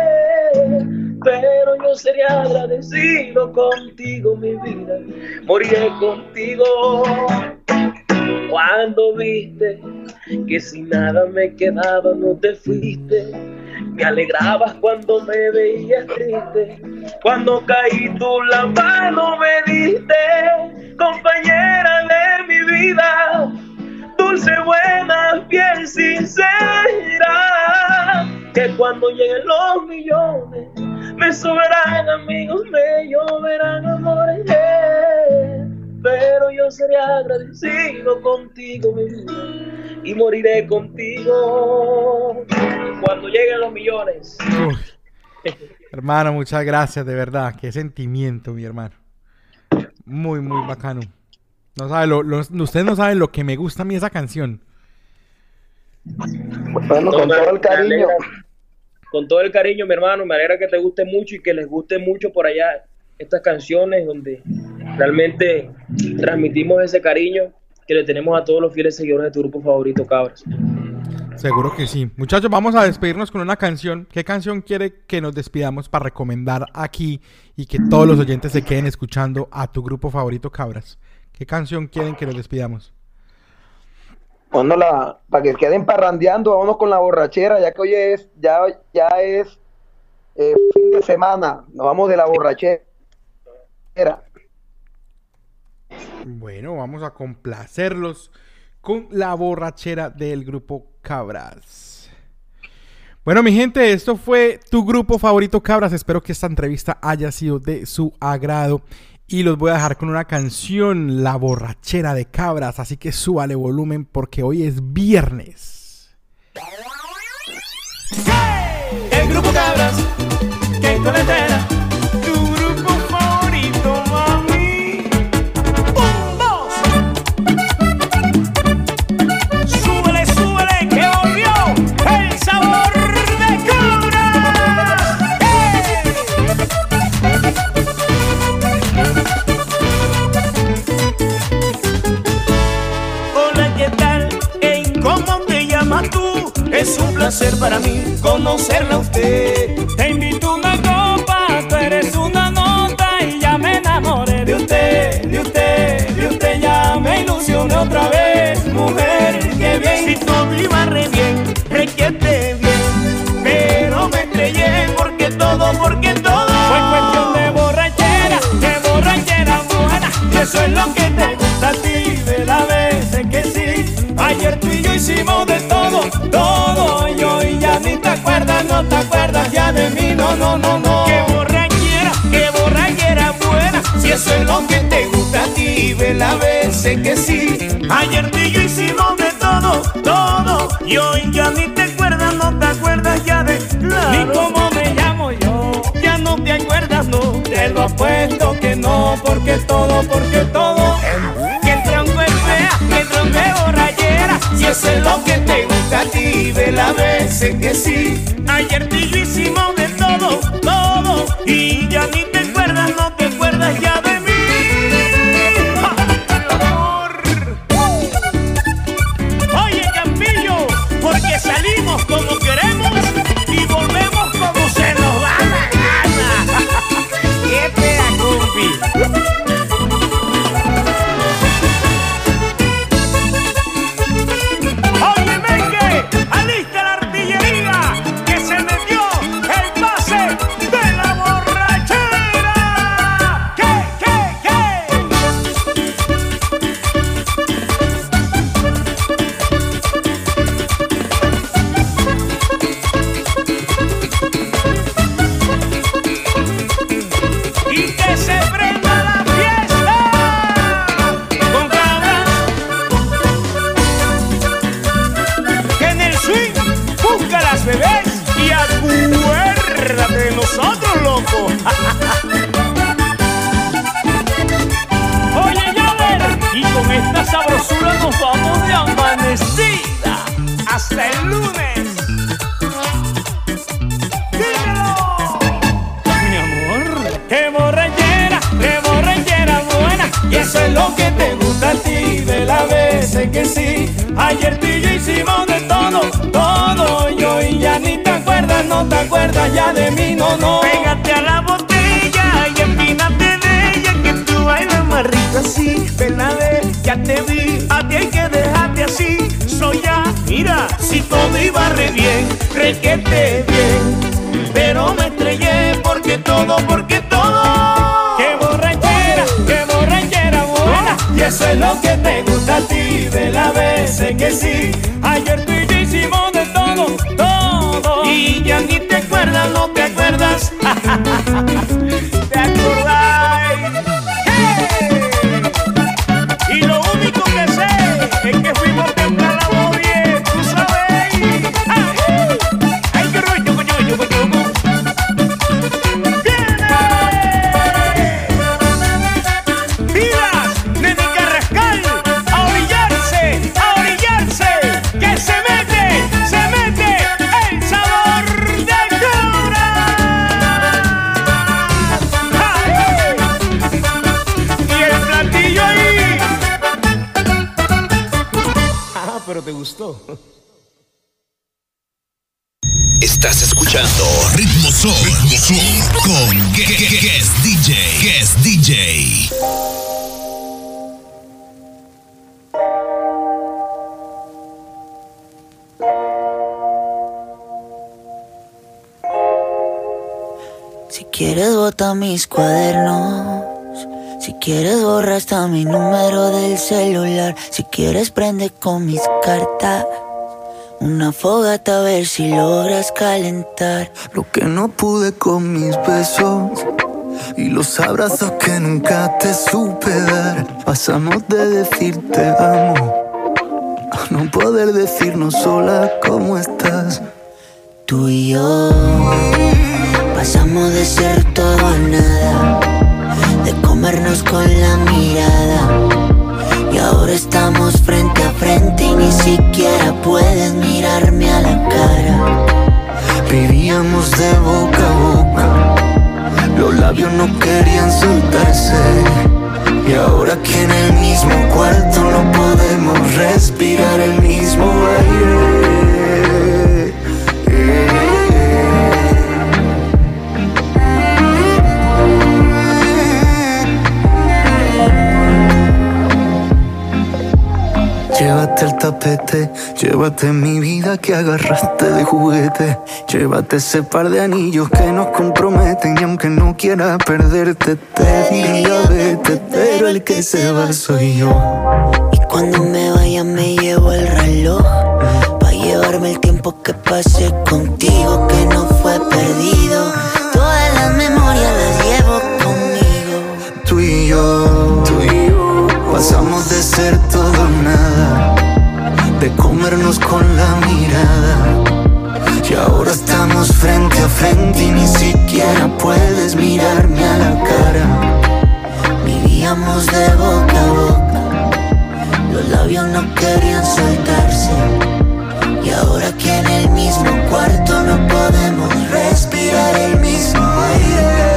Pero yo sería agradecido contigo, mi vida, moriré contigo. Cuando viste que sin nada me quedaba, no te fuiste. Me alegrabas cuando me veías triste. Cuando caí tú la mano me diste, compañera de mi vida, dulce, buena, fiel, sincera. Que cuando lleguen los millones, me sobrarán amigos, me lloverán amores. Pero yo seré agradecido contigo, mi vida, y moriré contigo cuando lleguen los millones. Hermano, muchas gracias, de verdad. Qué sentimiento, mi hermano. Muy, muy bacano. No sabe ustedes no saben lo que me gusta a mí esa canción. Bueno, con todo el cariño. Con todo el cariño, mi hermano. Me alegra que te guste mucho y que les guste mucho por allá estas canciones donde realmente transmitimos ese cariño que le tenemos a todos los fieles seguidores de tu grupo favorito, Cabras. Seguro que sí. Muchachos, vamos a despedirnos con una canción. ¿Qué canción quiere que nos despidamos para recomendar aquí y que todos los oyentes se queden escuchando a tu grupo favorito, Cabras? ¿Qué canción quieren que nos despidamos? Bueno, para que queden parrandeando, vámonos con La Borrachera, ya que hoy es, ya es fin de semana. Nos vamos de La Borrachera. Bueno, vamos a complacerlos con La Borrachera del grupo Cabras. Bueno, mi gente, esto fue tu grupo favorito, Cabras. Espero que esta entrevista haya sido de su agrado. Y los voy a dejar con una canción, La Borrachera de Cabras. Así que súbale volumen porque hoy es viernes. El grupo Cabras, que coletera, tu grupo favorito, mami. Un, dos. Súbele, súbele, que volvió el sabor de Cabras. Hola, ¿qué tal? ¿Cómo te llamas tú? Es un placer para mí conocerla a usted. Te invito a una copa, tú eres una nota y ya me enamoré de usted, de usted, de usted. Ya me ilusioné otra vez, mujer, qué bien. Si todo iba re bien, requiete bien, pero me estrellé porque todo fue cuestión de borrachera buena. Y eso es lo que te gusta a ti, de la vez que sí. Ayer tú y yo hicimos de todo, y hoy ya ni te acuerdas, no te acuerdas ya de mí, no. Qué borrachera buena, si eso es lo que te gusta a ti, ve la vez que sí. Ayer tú y yo hicimos de todo, y hoy ya ni te acuerdas, no te acuerdas ya de claro. Ni cómo me llamo yo, ya no te acuerdas, no. Te lo apuesto que no, porque todo. Que el tronco es fea, que el tronco es borrachera, si eso es lo que te gusta a ti, ve la vez que sí. Ayer tú y yo hicimos de todo, y ya ni te acuerdas, no te acuerdas ya de mí. Oye, Campillo, porque salimos como queremos y volvemos como se nos da la gana. ¡Qué pega, compi! Alista la artillería que se metió el pase de la borrachera. ¿Qué? Y que se prenda la fiesta con Cabras. Que en el swing busca las bebés y acuérdate de nosotros, loco. Oye, Yaver, y con esta sabrosura nos vamos de amanecida hasta el lunes. ¡Dímelo! Mi amor, qué borrachera buena, y eso es lo que te gusta a ti, de la vez que sí. Ayer tú y yo hicimos de todo, y hoy ya ni te acuerdas, no te acuerdas ya de mí, no. Pégate a la botella y empínate de ella, que tú bailas más rico así, ven a ver, ya te vi, a ti hay que dejarte así. Soy ya, mira, si todo iba re bien, requete bien, pero me estrellé porque todo. Qué borrachera buena, y eso es lo que te gusta a ti, de la vez que sí. Ayer tú y yo hicimos de todo, y ya ni te acuerdas, no te acuerdas. ¿Te acordáis? ¡Hey! Y lo único que sé es que fuimos temprano a la bien, tú sabes. ¡Ay, qué rollo, coño! Pero te gustó. Estás escuchando Ritmo Son con Guest DJ. Si quieres bota mis cuadernos, si quieres borra hasta mi número del celular, si quieres prende con mis cartas una fogata a ver si logras calentar lo que no pude con mis besos y los abrazos que nunca te supe dar. Pasamos de decir te amo a no poder decirnos sola cómo estás. Tú y yo pasamos de ser todo a nada, de comernos con la mirada, y ahora estamos frente a frente y ni siquiera puedes mirarme a la cara. Vivíamos de boca a boca, los labios no querían soltarse, y ahora que en el mismo cuarto no podemos respirar el mismo aire. Llévate el tapete, llévate mi vida que agarraste de juguete. Llévate ese par de anillos que nos comprometen, y aunque no quiera perderte te diría vete, pero el que se va soy yo. Y cuando me vaya me llevo el reloj, pa' llevarme el tiempo que pasé contigo, que no fue perdido. Todas las memorias las llevo conmigo. Tú y yo pasamos de ser todo o nada, de comernos con la mirada, y ahora estamos frente a frente y ni siquiera puedes mirarme a la cara. Vivíamos de boca a boca, los labios no querían soltarse, y ahora que en el mismo cuarto no podemos respirar el mismo aire.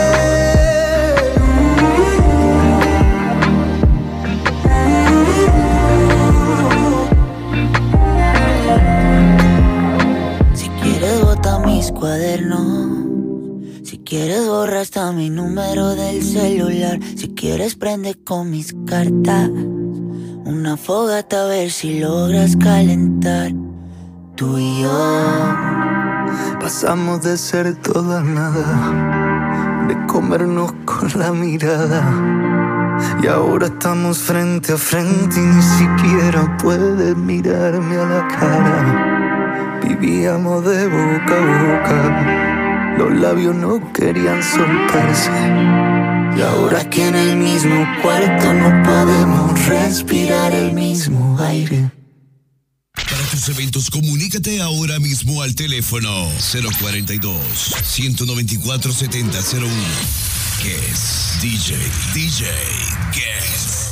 Mis cuadernos, si quieres borra hasta mi número del celular, si quieres prende con mis cartas una fogata a ver si logras calentar. Tú y yo pasamos de ser todo a nada, de comernos con la mirada, y ahora estamos frente a frente y ni siquiera puedes mirarme a la cara. Vivíamos de boca a boca, los labios no querían soltarse, y ahora que en el mismo cuarto no podemos respirar el mismo aire. Para tus eventos, comunícate ahora mismo al teléfono 042-194-7001. Guest DJ Guest.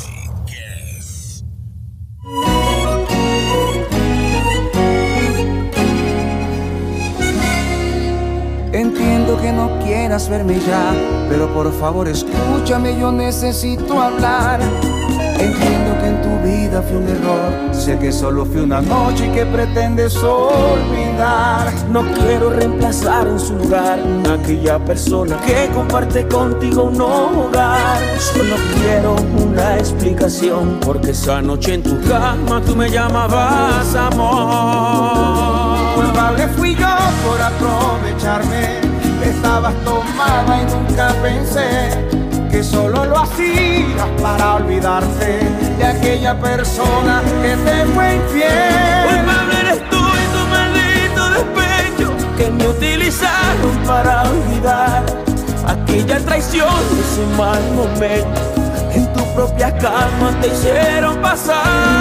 Entiendo que no quieras verme ya, pero por favor escúchame, yo necesito hablar. Entiendo que en tu vida fue un error, sé que solo fue una noche y que pretendes olvidar. No quiero reemplazar en su lugar a aquella persona que comparte contigo un hogar. Solo quiero una explicación, porque esa noche en tu cama tú me llamabas amor. Culpable fui yo por aprovecharme, estabas tomada y nunca pensé que solo lo hacías para olvidarte de aquella persona que te fue infiel. Culpable eres tú y tu maldito despecho, que me utilizaron para olvidar aquella traición, ese mal momento, en tu propia cama te hicieron pasar.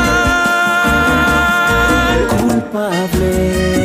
Culpable.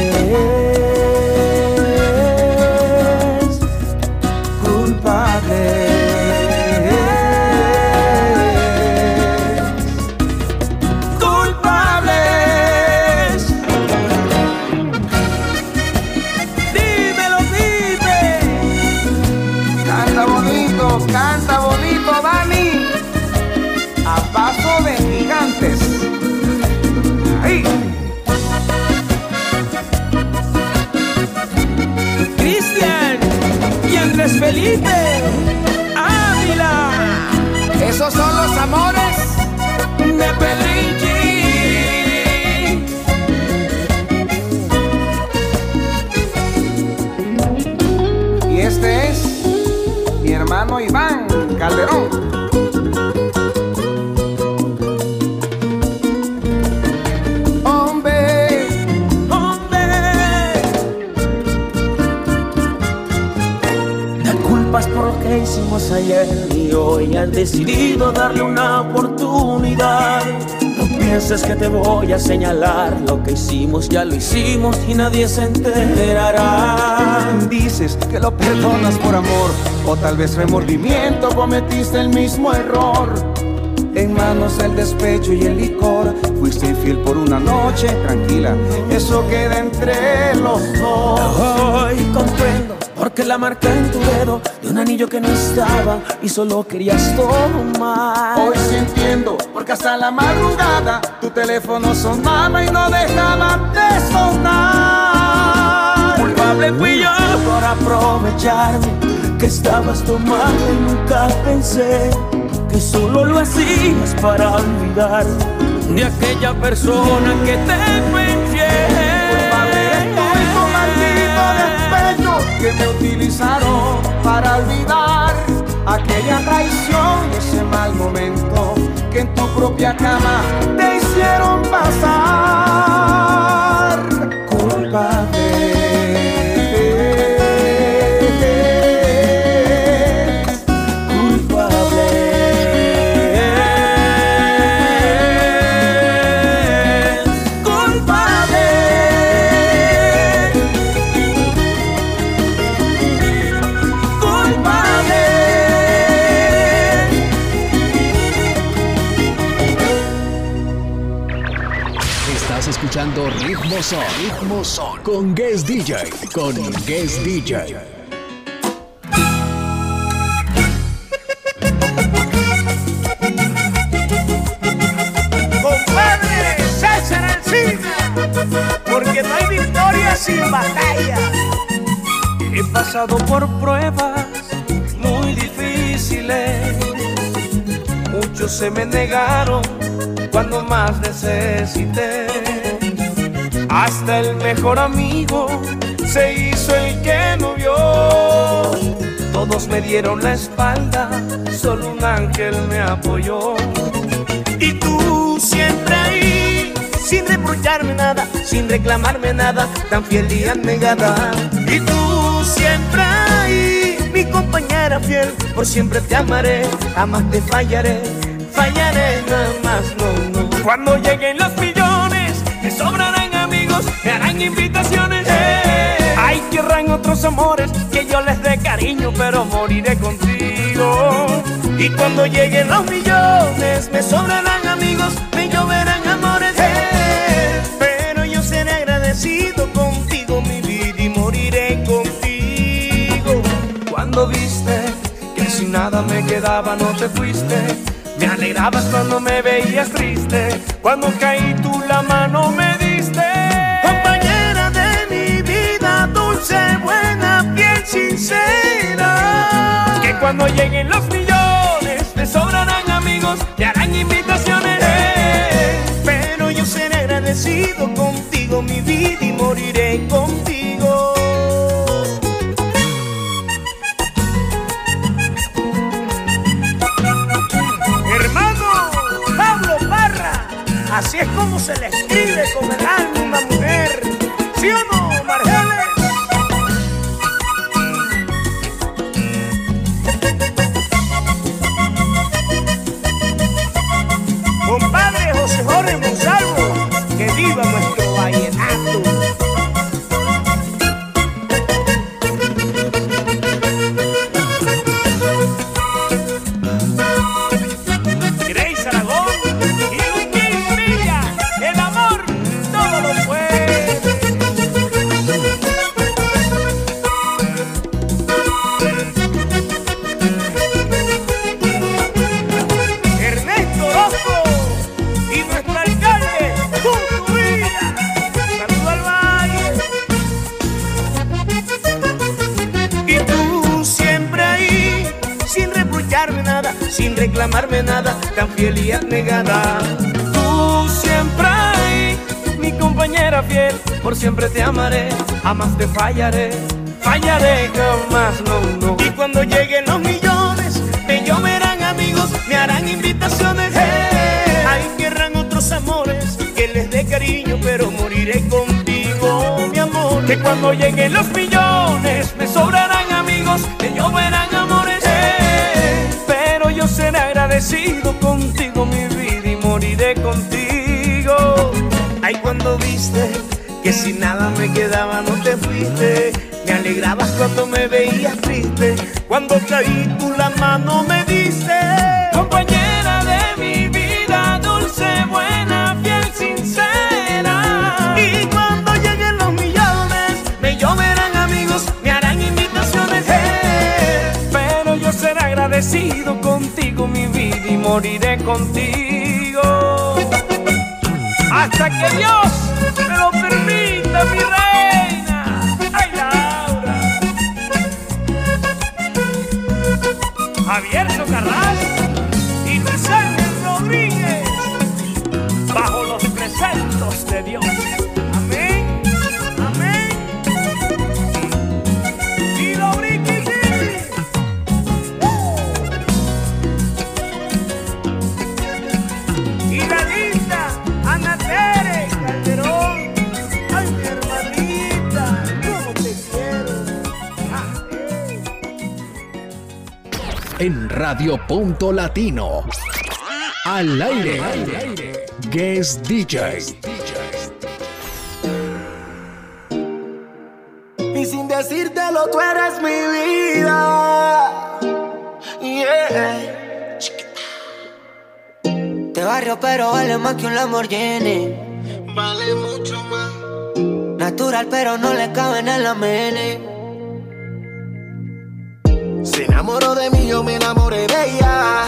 Canta bonito, Dani, a paso de gigantes. Ahí. Andrés Felipe Ávila. Esos son los amores de Pelinchi. Y este es mi hermano Iván Calderón. Por lo que hicimos ayer y hoy has decidido darle una oportunidad. No pienses que te voy a señalar, lo que hicimos ya lo hicimos y nadie se enterará. Dices que lo perdonas por amor o tal vez remordimiento, cometiste el mismo error. En manos del despecho y el licor, fuiste infiel por una noche, tranquila, eso queda entre los dos. Hoy comprendo porque la marca en tu dedo de un anillo que no estaba y solo querías tomar. Hoy sí entiendo porque hasta la madrugada tu teléfono sonaba y no dejaba de sonar. Culpable fui yo por aprovecharme que estabas tomando y nunca pensé que solo lo hacías para olvidar de aquella persona que te fue infiel. Culpable estoy, tu maldito despecho, que me utilizaron para olvidar aquella traición y ese mal momento que en tu propia cama te hicieron pasar. Culpable. Escuchando Ritmo Son con Guest DJ, Compadre César Alcina, porque no hay victoria sin batalla. He pasado por pruebas muy difíciles, muchos se me negaron cuando más necesité. Hasta el mejor amigo se hizo el que no vio. Todos me dieron la espalda, solo un ángel me apoyó. Y tú siempre ahí, sin reprocharme nada, sin reclamarme nada, tan fiel y abnegada. Y tú siempre ahí, mi compañera fiel, por siempre te amaré, jamás te fallaré, fallaré jamás, no. Cuando lleguen los millones, me sobrarán amigos, me harán invitaciones. Ay, querrán otros amores, que yo les dé cariño, pero moriré contigo. Y cuando lleguen los millones, me sobrarán amigos, me lloverán amores. Pero yo seré agradecido contigo, mi vida, y moriré contigo. Cuando viste que sin nada me quedaba, no te fuiste. Me alegrabas cuando me veías triste, cuando caí tú la mano me diste. Compañera de mi vida, dulce, buena, bien sincera. Que cuando lleguen los millones, me sobrarán amigos, te harán invitaciones. Pero yo seré agradecido contigo, mi vida, y moriré contigo. Así es como se le escribe con el alma a una mujer, ¿sí o no, Margeles? Compadre José Jorge Monsalvo, que viva nuestro vallenato. Grace Aragón y el amor todo lo puede. sin reclamarme nada, tan fiel y abnegada. Tú siempre ahí, mi compañera fiel, por siempre te amaré, jamás te fallaré. Fallaré jamás, no, no. Y cuando lleguen los millones, me lloverán amigos, me harán invitaciones. Hey, ahí querrán otros amores, que les dé cariño, pero moriré contigo, mi amor. Que cuando lleguen los millones, me sobrarán amigos, me lloverán amores. Hey, pero yo seré agradecido contigo, mi vida, y moriré contigo. Ay, cuando viste que sin nada me quedaba, no te fuiste. Me alegrabas cuando me veías triste. Cuando caí tú la mano me diste. Compañera de mi vida, dulce, buena, fiel, sincera. Y cuando lleguen los millones, me lloverán amigos, me harán invitaciones. Pero yo seré agradecido contigo, mi vida, y moriré contigo. Hasta que Dios me lo permita, mi reina. Ay, Laura. Javier Socarrás y Luis Ángel Rodríguez, bajo los preceptos de Dios. Amén, amén. Y lo brinquis. Y la linda Ana Tere Calderón. Ay, mi hermanita, cómo te quiero. En Radio Punto Latino. Al aire. Guest DJ. Y sin decírtelo, tú eres mi vida. Yeah. De barrio, pero vale más que un Lamborghini. Vale mucho más. Natural, pero no le caben en la mene. Se enamoró de mí, yo me enamoré de ella.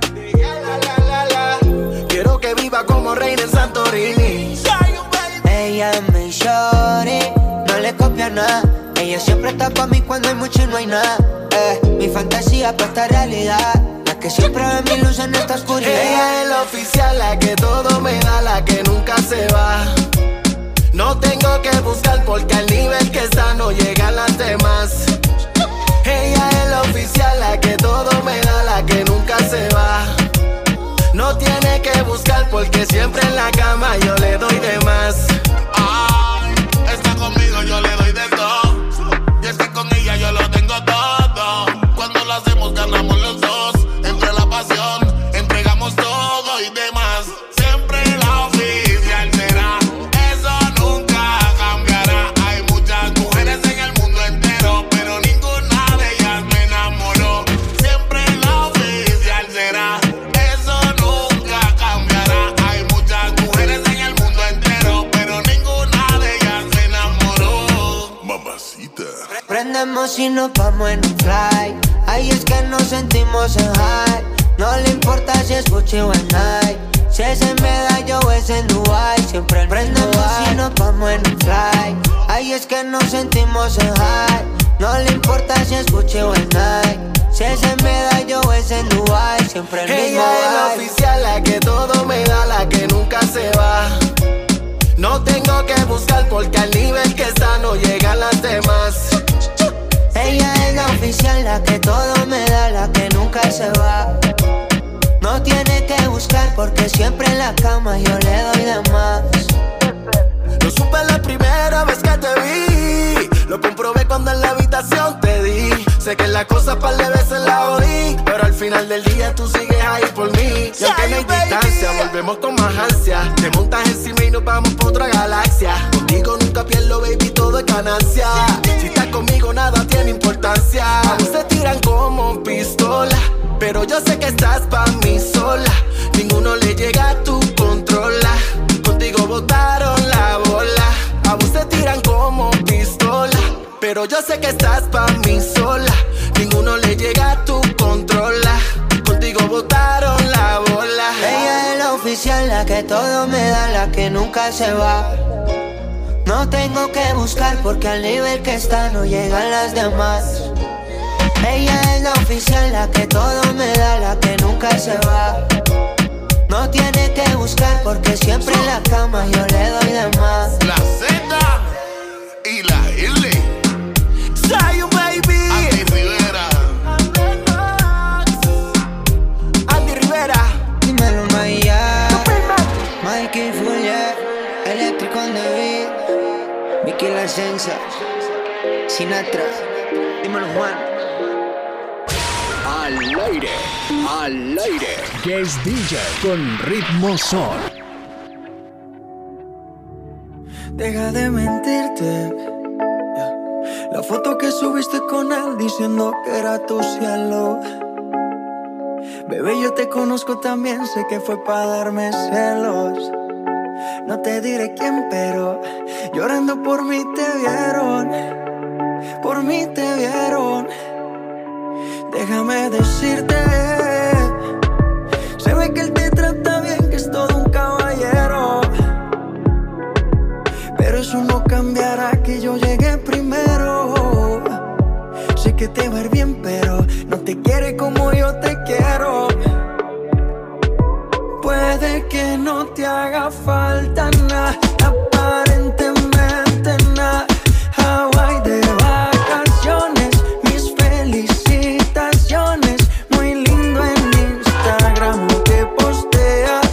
Quiero que viva como reina en Santorini. Ella es mi shorty, no le copia nada. Ella siempre está pa' mí cuando hay mucho y no hay nada. Mi fantasía pa' esta realidad, la que siempre ve mi luz en esta oscuridad. Ella es la oficial, la que todo me da, la que nunca se va. No tengo que buscar porque al nivel que está no llegan las demás. Ella es la oficial, la que todo me da, la que nunca se va. No tiene que buscar porque siempre en la cama yo le doy de más. Ay, está conmigo, yo le doy de todo. Y es que con ella yo lo tengo todo. Cuando lo hacemos ganamos los dos. Entre la pasión, entregamos todo y demás. Siempre la oficial será. Eso nunca cambiará. Hay muchas mujeres en el mundo entero, pero ninguna de ellas me enamoró. Siempre la oficial será. Eso nunca cambiará. Hay muchas mujeres en el mundo entero, pero ninguna de ellas se enamoró. Mamacita. Prendemos y nos vamos en un fly. Ahí es que nos sentimos en high. No le importa si es Gucci o en Nike. Si es en Medallo o es en Dubai. Siempre prendemos y nos vamos en un fly. Ahí es que nos sentimos en high. No le importa si es Gucci o en Nike. Si es en Medallo o es en Dubai. Siempre el mismo vibe. Ella es la oficial, la que todo me da, la que nunca se va. No tengo que buscar porque al nivel que está no llegan las demás. Ella es la oficial, la que todo me da, la que nunca se va. No tiene que buscar porque siempre en la cama yo le doy de más. Lo supe la primera vez que te vi. Lo comprobé cuando en la habitación te di. Sé que la cosa par de veces la oí, pero al final del día tú sigues ahí por mí. Y aunque no hay distancia, volvemos con más ansia. Te montas encima y nos vamos por otra galaxia. Contigo nunca pierdo, baby, todo es ganancia. Si estás conmigo nada tiene importancia. A vos te tiran como pistola, pero yo sé que estás pa' mí sola. Ninguno le llega, tú controla. Contigo botaron la bola. A vos te tiran como pistola, pero yo sé que estás pa' mí sola. Ninguno le llega, tú controla. Contigo botaron la bola. Ella es la oficial, la que todo me da, la que nunca se va. No tengo que buscar porque al nivel que está no llegan las demás. Ella es la oficial, la que todo me da, la que nunca que se va. No tiene que buscar porque siempre en la cama yo le doy de más. La Z y la L. Zion, baby. Andy Rivera. Andy Rivera. Dímelo, Maya. Mikey Fuller. Eléctrico on the beat. Vicky La Sensa. Sinatra. Dímelo, Juan. Al aire, Guest DJ con Ritmo Son. Deja de mentirte. La foto que subiste con él diciendo que era tu cielo. Bebé, yo te conozco también, sé que fue para darme celos. No te diré quién, pero llorando por mí te vieron. Por mí te vieron. Déjame decirte, se ve que él te trata bien, que es todo un caballero. Pero eso no cambiará que yo llegué primero. Sé que te va a ir bien, pero no te quiere como yo te quiero. Puede que no te haga falta nada, aparentemente nada. Hawaii de vacaciones, mis felicitaciones. Muy lindo en Instagram lo que posteas,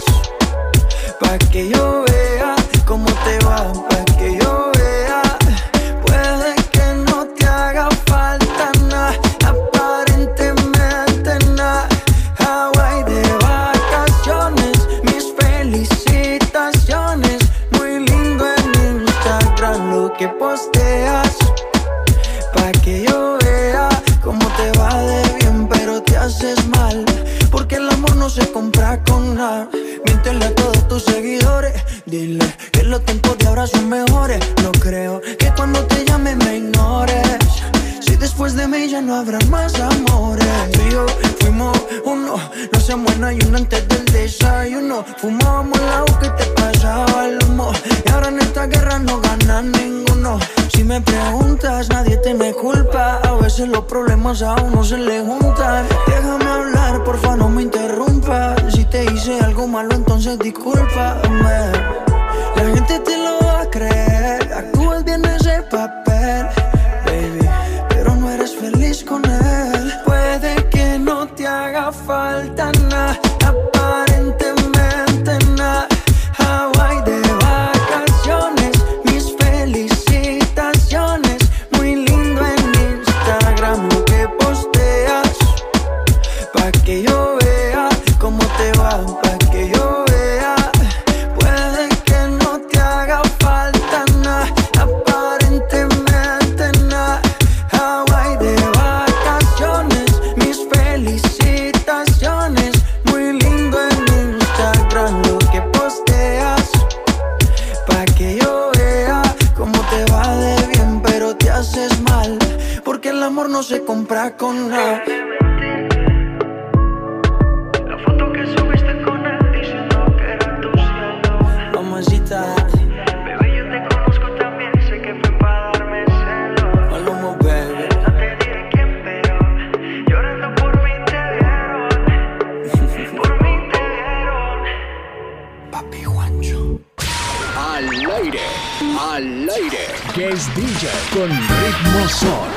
pa' que yo vea cómo te va, pa' que yo vea. Puede que no te haga falta nada, aparentemente nada. Hawaii de vacaciones, mis felicitaciones. Muy lindo en Instagram lo que posteas, pa' que yo vea cómo te va de bien, pero te haces mal, porque el amor no se compra con nada. Miéntele a todos tus seguidores, dile que los tiempos de ahora son mejores. No creo que cuando te llame me ignores, si después de mí ya no habrá más amores. Tú y yo fuimos uno, no se muera y uno antes del desayuno. Fumábamos la boca y te pasaba el humo, y ahora en esta guerra no gana ninguno. Si me preguntas, nadie te me culpa, a veces los problemas a uno se le juntan. Déjame hablar, porfa, no me interrumpas. Si te hice algo malo, entonces discúlpame. La gente te lo va a creer, actúas bien ese papel, baby, pero no eres feliz con él. Puede que no te haga falta nada, aparentemente nada. Hawaii de vacaciones, mis felicitaciones. Muy lindo en Instagram lo que posteas, pa' que yo vea cómo te va, pa' que yo vea. Puede que no te haga falta nada, aparentemente nada. Hawaii de vacaciones, mis felicitaciones. Muy lindo en Instagram lo que posteas, pa' que yo vea cómo te va de bien, pero te haces mal, porque el amor no se compra con nada. La foto que subiste con él diciendo que era tu cielo. Mamacita, bebé, yo te conozco también, sé que fue para darme celos. Paloma, baby. No te diré quién, pero llorando por mí te vieron. Por mí te vieron. Papi Juancho. Al aire, Guest DJ con Ritmo Son.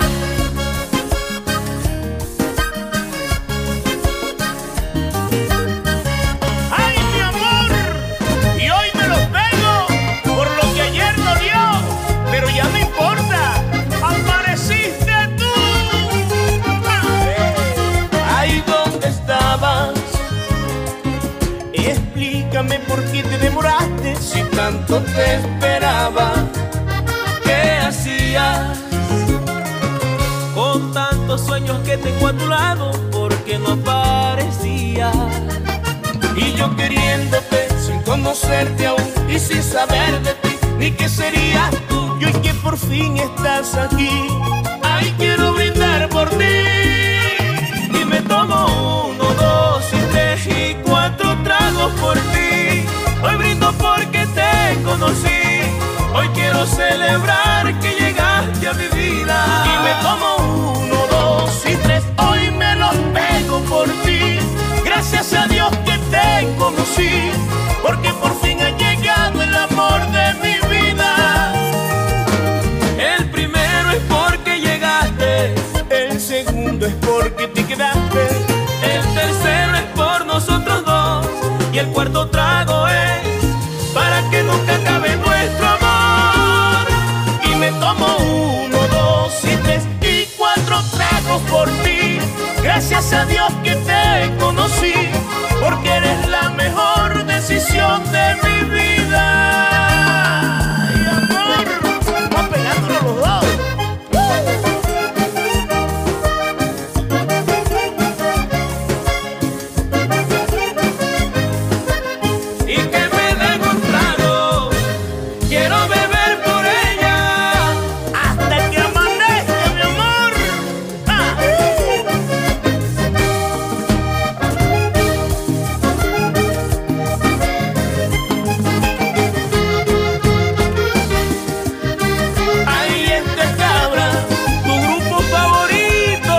¡Ay, mi amor! Y hoy me los pego por lo que ayer dolió, pero ya no importa, apareciste tú. Ay, ¿dónde estabas? Explícame por qué te demoraste si tanto te esperaba. ¿Qué hacías con tantos sueños que tengo a tu lado? Porque no aparecías. Y yo queriéndote sin conocerte aún y sin saber de ti ni qué serías tú. Y hoy que por fin estás aquí, ay, quiero brindar por ti. Y me tomo 1, 2 y 3 y 4 tragos por ti. Hoy brindo porque te conocí. Hoy quiero celebrar que llegaste a mi vida. Y me tomo 1, 2 y 3. Hoy me los pego por ti. Gracias a y el cuarto trago es para que nunca acabe nuestro amor. Y me tomo 1, 2 y 3 y 4 tragos por ti. Gracias a Dios que te conocí, porque eres la mejor decisión de mi vida. Y amor, vamos pegándonos los dos. Y que me den un trago, quiero beber por ella hasta que amanezca, mi amor. Ahí está Cabra, tu grupo favorito.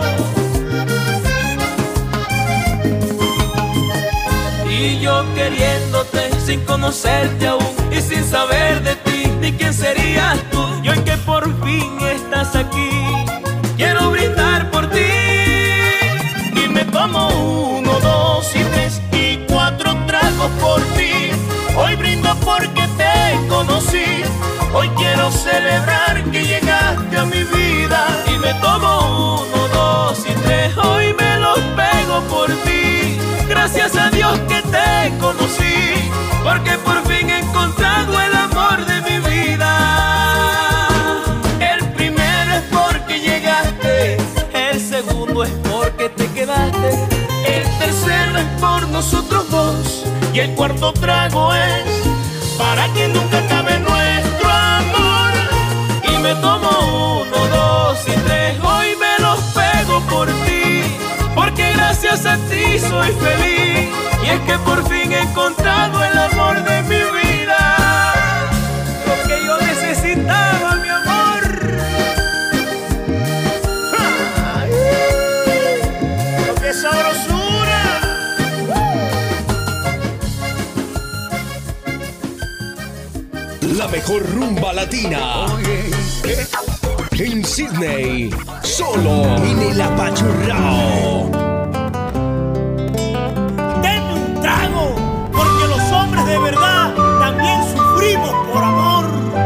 Y yo queriéndote sin conocerte aún y sin saber de ti ni quién serías tú. Y hoy que por fin estás aquí, quiero brindar por ti. Y me tomo 1, 2 y 3 y 4 tragos por ti. Hoy brindo porque te conocí. Hoy quiero celebrar que llegaste a mi vida. Y me tomo 1, 2 y 3. Hoy me los pego por ti. Gracias a Dios que te conocí, porque por fin he encontrado el amor de mi vida. El primero es porque llegaste, el segundo es porque te quedaste, el tercero es por nosotros dos y el cuarto trago es para que nunca acabe nuestro amor. Y me tomo 1, 2 y 3, hoy me los pego por ti, porque gracias a ti soy feliz. Y es que por fin he encontrado el amor de mi vida, lo que yo necesitaba, mi amor. ¡Ay! ¡Lo que sabrosura! La mejor rumba latina. En Sydney, solo en el Apachurrao. Denme un trago, porque los hombres de verdad también sufrimos por amor.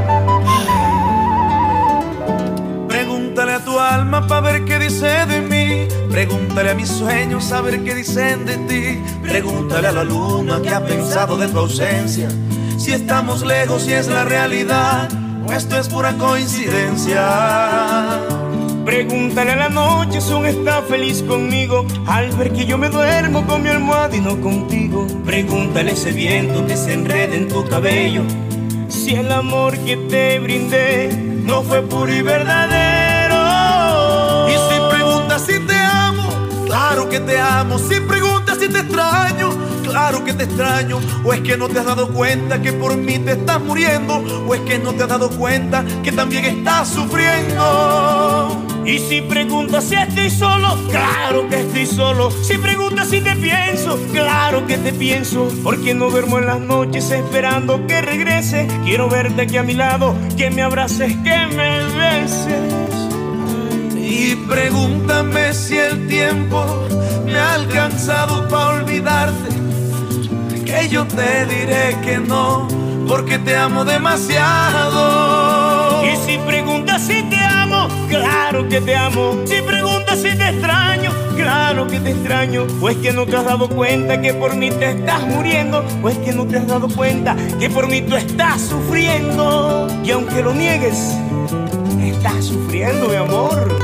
Pregúntale a tu alma pa' ver qué dice de mí. Pregúntale a mis sueños a ver qué dicen de ti. Pregúntale a la luna qué ha pensado de tu ausencia. Si estamos lejos, si es la realidad, o esto es pura coincidencia. Pregúntale a la noche si aún está feliz conmigo al ver que yo me duermo con mi almohada y no contigo. Pregúntale a ese viento que se enreda en tu cabello si el amor que te brindé no fue puro y verdadero. Y si preguntas si te amo, claro que te amo. Si preguntas si te extraño, claro que te extraño. O es que no te has dado cuenta que por mí te estás muriendo, o es que no te has dado cuenta que también estás sufriendo. Y si preguntas si estoy solo, claro que estoy solo. Si preguntas si te pienso, claro que te pienso. Porque no duermo en las noches esperando que regrese. Quiero verte aquí a mi lado, que me abraces, que me beses. Y pregúntame si el tiempo me ha alcanzado para olvidarte, que yo te diré que no, porque te amo demasiado. Y si preguntas si te amo, claro que te amo. Si preguntas si te extraño, claro que te extraño. O es que no te has dado cuenta que por mí te estás muriendo, o es que no te has dado cuenta que por mí tú estás sufriendo. Y aunque lo niegues, estás sufriendo, mi amor.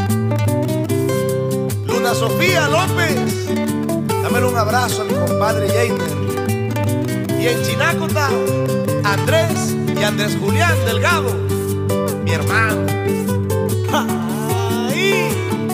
Luna Sofía López, dámele un abrazo a mi compadre Jainer. Y en Chinacota, Andrés y Andrés Julián Delgado, mi hermano. ¡Ay!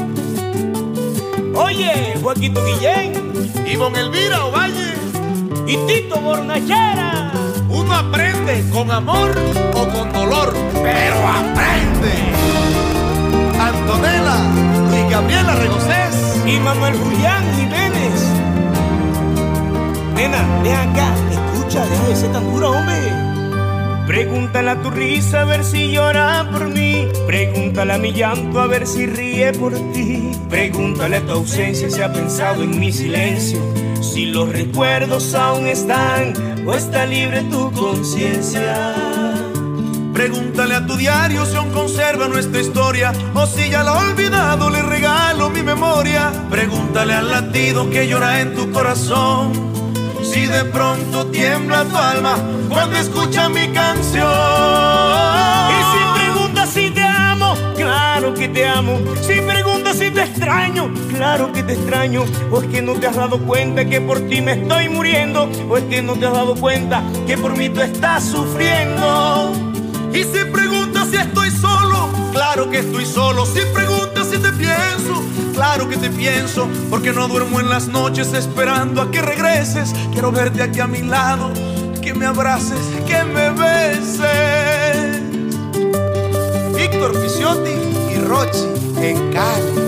Oye, Joaquito Guillén, Ivonne Elvira Ovalle y Tito Bornachera. Uno aprende con amor o con dolor, pero aprende. Antonella, Luis Gabriela Regocés y Manuel Julián Jiménez. Nena, ven acá, escucha, deja de ser tan dura, hombre. Pregúntale a tu risa a ver si llora por mí. Pregúntale a mi llanto a ver si ríe por ti. Pregúntale a tu ausencia si ha pensado en mi silencio. si los recuerdos aún están o está libre tu conciencia. Pregúntale a tu diario si aún conserva nuestra historia o si ya la ha olvidado, le regalo mi memoria. Pregúntale al latido que llora en tu corazón si de pronto tiembla tu alma cuando escucha mi canción. Y si preguntas si te amo, claro que te amo. Si preguntas si te extraño, claro que te extraño. O es que no te has dado cuenta que por ti me estoy muriendo, o es que no te has dado cuenta que por mí tú estás sufriendo. Y si preguntas si estoy solo, claro que estoy solo. Si preguntas si te pienso, claro que te pienso, porque no duermo en las noches esperando a que regreses. Quiero verte aquí a mi lado, que me abraces, que me beses. Víctor Picciotti y Rochi en Cali.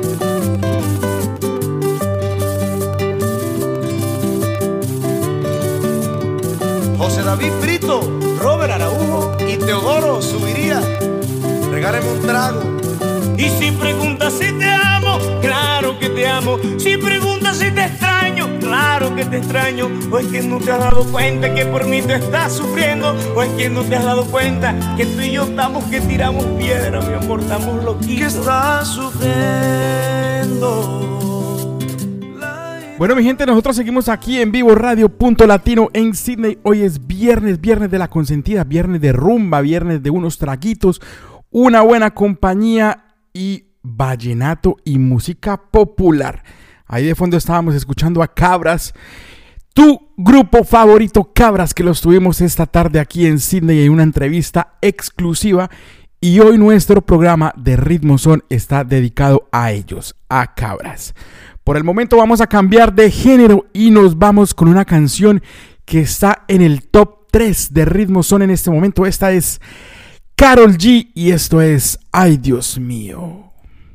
José David Brito, Robert Araujo y Teodoro Subiría. Regáleme un trago. Y si preguntas si te amo, claro que te amo. Si preguntas si te extraño, claro que te extraño. O es que no te has dado cuenta que por mí te estás sufriendo, o es que no te has dado cuenta que tú y yo estamos que tiramos piedra, mi amor, estamos loquitos. Que estás sufriendo. Bueno, mi gente, nosotros seguimos aquí en vivo Radio.Latino en Sydney. Hoy es viernes, viernes de la consentida, viernes de rumba, viernes de unos traguitos, una buena compañía y vallenato y música popular. Ahí de fondo estábamos escuchando a Cabras, tu grupo favorito Cabras, que los tuvimos esta tarde aquí en Sydney en una entrevista exclusiva. Y hoy nuestro programa de Ritmo Son está dedicado a ellos, a Cabras. Por el momento vamos a cambiar de género y nos vamos con una canción que está en el top 3 de Ritmo Son en este momento. Esta es Karol G y esto es Ay Dios mío.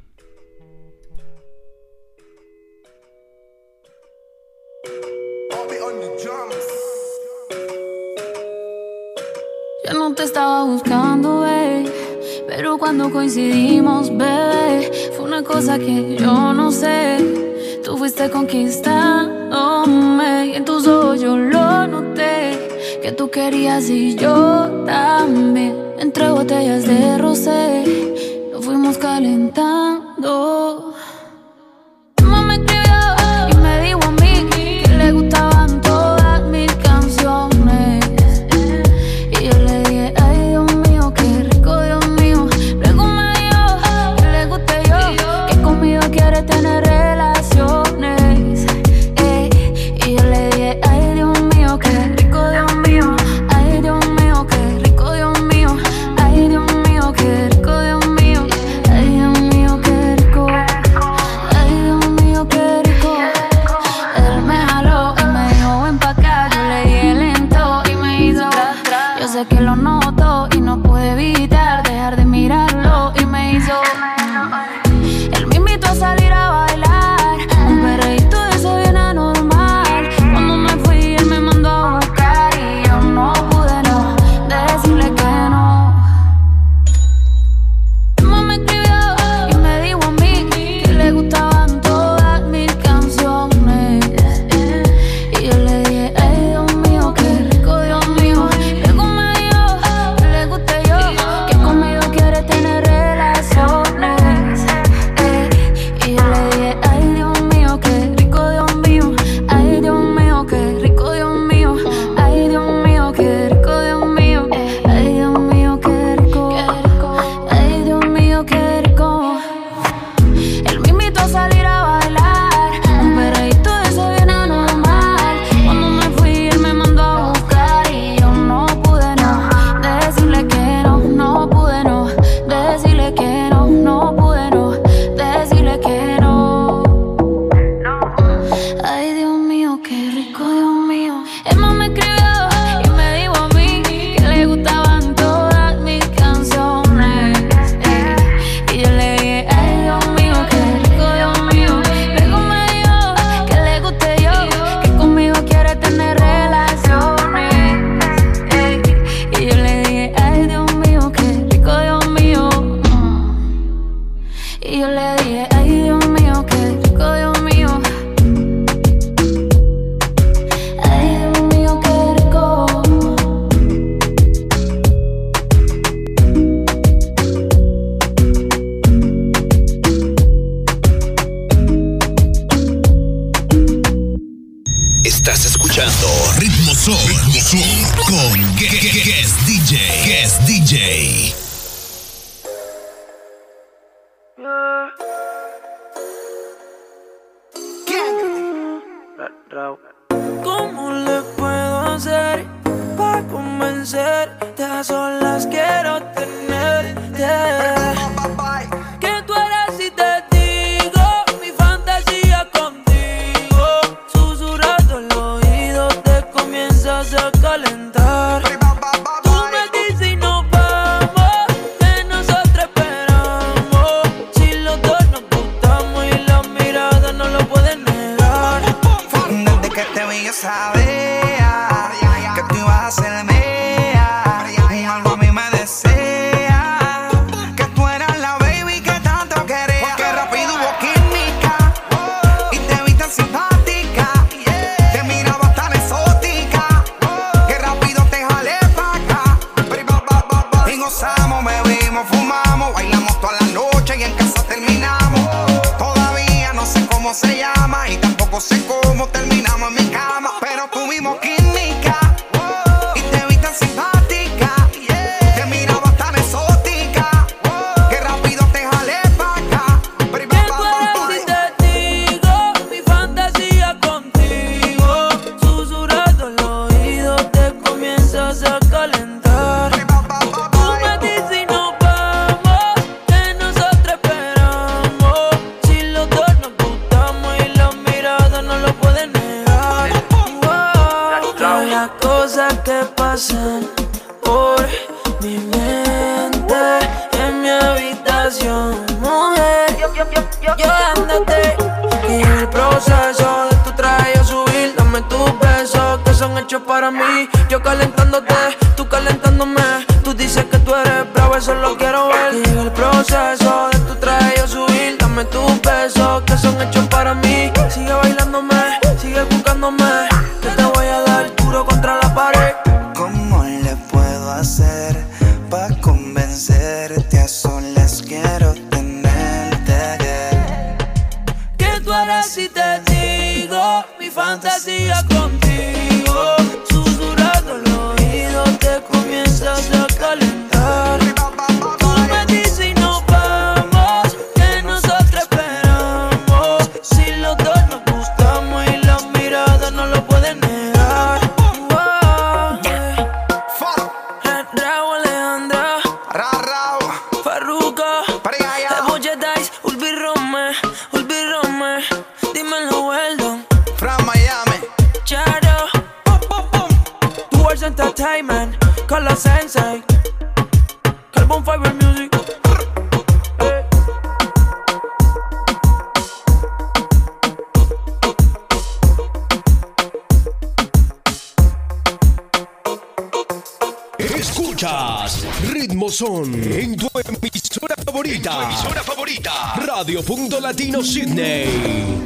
Yo no te estaba buscando, babe, pero cuando coincidimos, bebé, fue una cosa que yo no sé. Tú fuiste conquistándome y en tus ojos yo lo noté, que tú querías y yo también. Entre botellas de rosé nos fuimos calentando. Tu mamá me escribió y me dijo a mí que le gustaban todas mis canciones. Y yo le dije, ay Dios mío, qué rico, Dios mío. Luego me dijo que le guste yo, que conmigo quiere tener relaciones. Y yo le dije, ay Dios mío, qué rico, Dios mío. Ay Dios mío, qué rico, Dios mío. Ay Dios mío, qué rico, Dios mío. Ay Dios mío, qué rico. Ay Dios mío, qué rico. Él me jaló y me dijo ven pa' acá. Yo le dije lento y me hizo. Yo sé que lo noto y no pude evitar dejar de mirarlo y me hizo. Él me invitó a salir a bailar, un perreíto de eso bien anormal. Cuando me fui él me mandó a buscar y yo no pude no decirle que no. Mi mamá me escribió y me dijo a mí que le gustaban todas mis canciones. Y yo le dije, ay Dios mío, qué rico, Dios mío. Luego me dijo que le guste yo, que conmigo quiere tener relaciones. Y yo le dije, ay Dios mío, qué rico, Dios mío. Ay Dios mío, qué rico, Dios mío. Ay Dios mío, qué rico, Dios mío. Ay Dios mío, qué rico. Ay Dios mío, qué rico. Él me invitó a salir a bailar, un perreíto de eso bien anormal. Cuando me fui él me mandó a buscar y yo no pude no decirle que no, no pude no decirle que no, no pude no decirle que no. Ay Dios mío, qué rico, Dios mío. Él me escribió y me dijo a mí que le gustaban todas mis canciones. Y yo le dije, ay Dios mío, qué rico, Dios mío. Luego me dijo que le guste yo, que conmigo quiere tener relaciones. Y yo le dije, ay Dios mío, qué rico, Dios mío. Y yo le dije, ay Dios mío, qué rico, Dios mío. Estás escuchando Ritmo Son con Guest DJ. ¿Cómo le puedo hacer para convencerte? A solas quiero tenerte. Que tú eres y te digo mi fantasía contigo. Susurrando el oído te comienzas a calentar. Tú me dices y nos vamos, que nosotros esperamos. Si los dos nos gustamos y la mirada no lo pueden negar. Desde que te vi yo sabía que tú ibas a ser mía. Algo a mí me desea que tú eras la baby que tanto quería. Porque rápido hubo química y te vi tan simpática. Te miraba tan exótica que rápido te jalé pa' acá. Y gozamos, bebimos, fumamos, bailamos toda la noche y en casa terminamos. Todavía no sé cómo se llama y tampoco sé cómo terminamos en mi cama, pero tuvimos química y te vi tan simpática. Te miraba tan exótica que rápido te jalé pa' acá. Que tú eres y te digo mi fantasía contigo. Susurrando el oído te comienzas a calentar. Tú me dices y nos vamos, que nosotros esperamos. Si los dos nos gustamos y la mirada no lo pueden negar. Wow, las cosas que pasan por mi mente en mi habitación, mujer. Yo dándote y en el proceso de tu traje a subir, dame tus besos que son hechos para mí. Yo calentándote, tú calentándome. Tú dices que tú eres bravo, eso lo quiero ver. Y en el proceso de tu traje a subir, dame tus besos que son hechos para mí. Sigue bailándome, sigue buscándome, que te voy a dar duro contra la pared. ¿Cómo le puedo hacer para convencerte? A solas quiero tenerte. Que tú eres y te digo mi fantasía contigo. Susurrando el oído te comienzas a calentar. Tú me dices y nos vamos, que nosotros esperamos. Si los dos nos gustamos y la mirada no lo pueden negar. Wow. Raúl Alejandra, Farruko, Eboye Dice, Ulvi Rome, dímelo Weldon, From Miami, Charo, Towards Entertainment, Color Sensei, Carbon Fiber Music. Escuchas Ritmo Son en tu emisora favorita. Radio Punto Latino Sydney.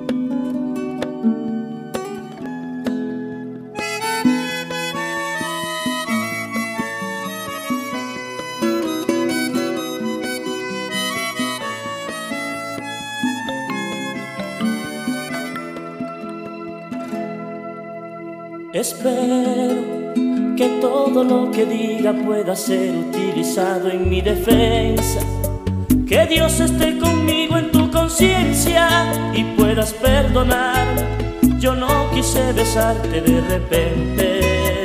Espero que todo lo que diga pueda ser utilizado en mi defensa. Que Dios esté conmigo en tu conciencia y puedas perdonar. Yo no quise besarte de repente.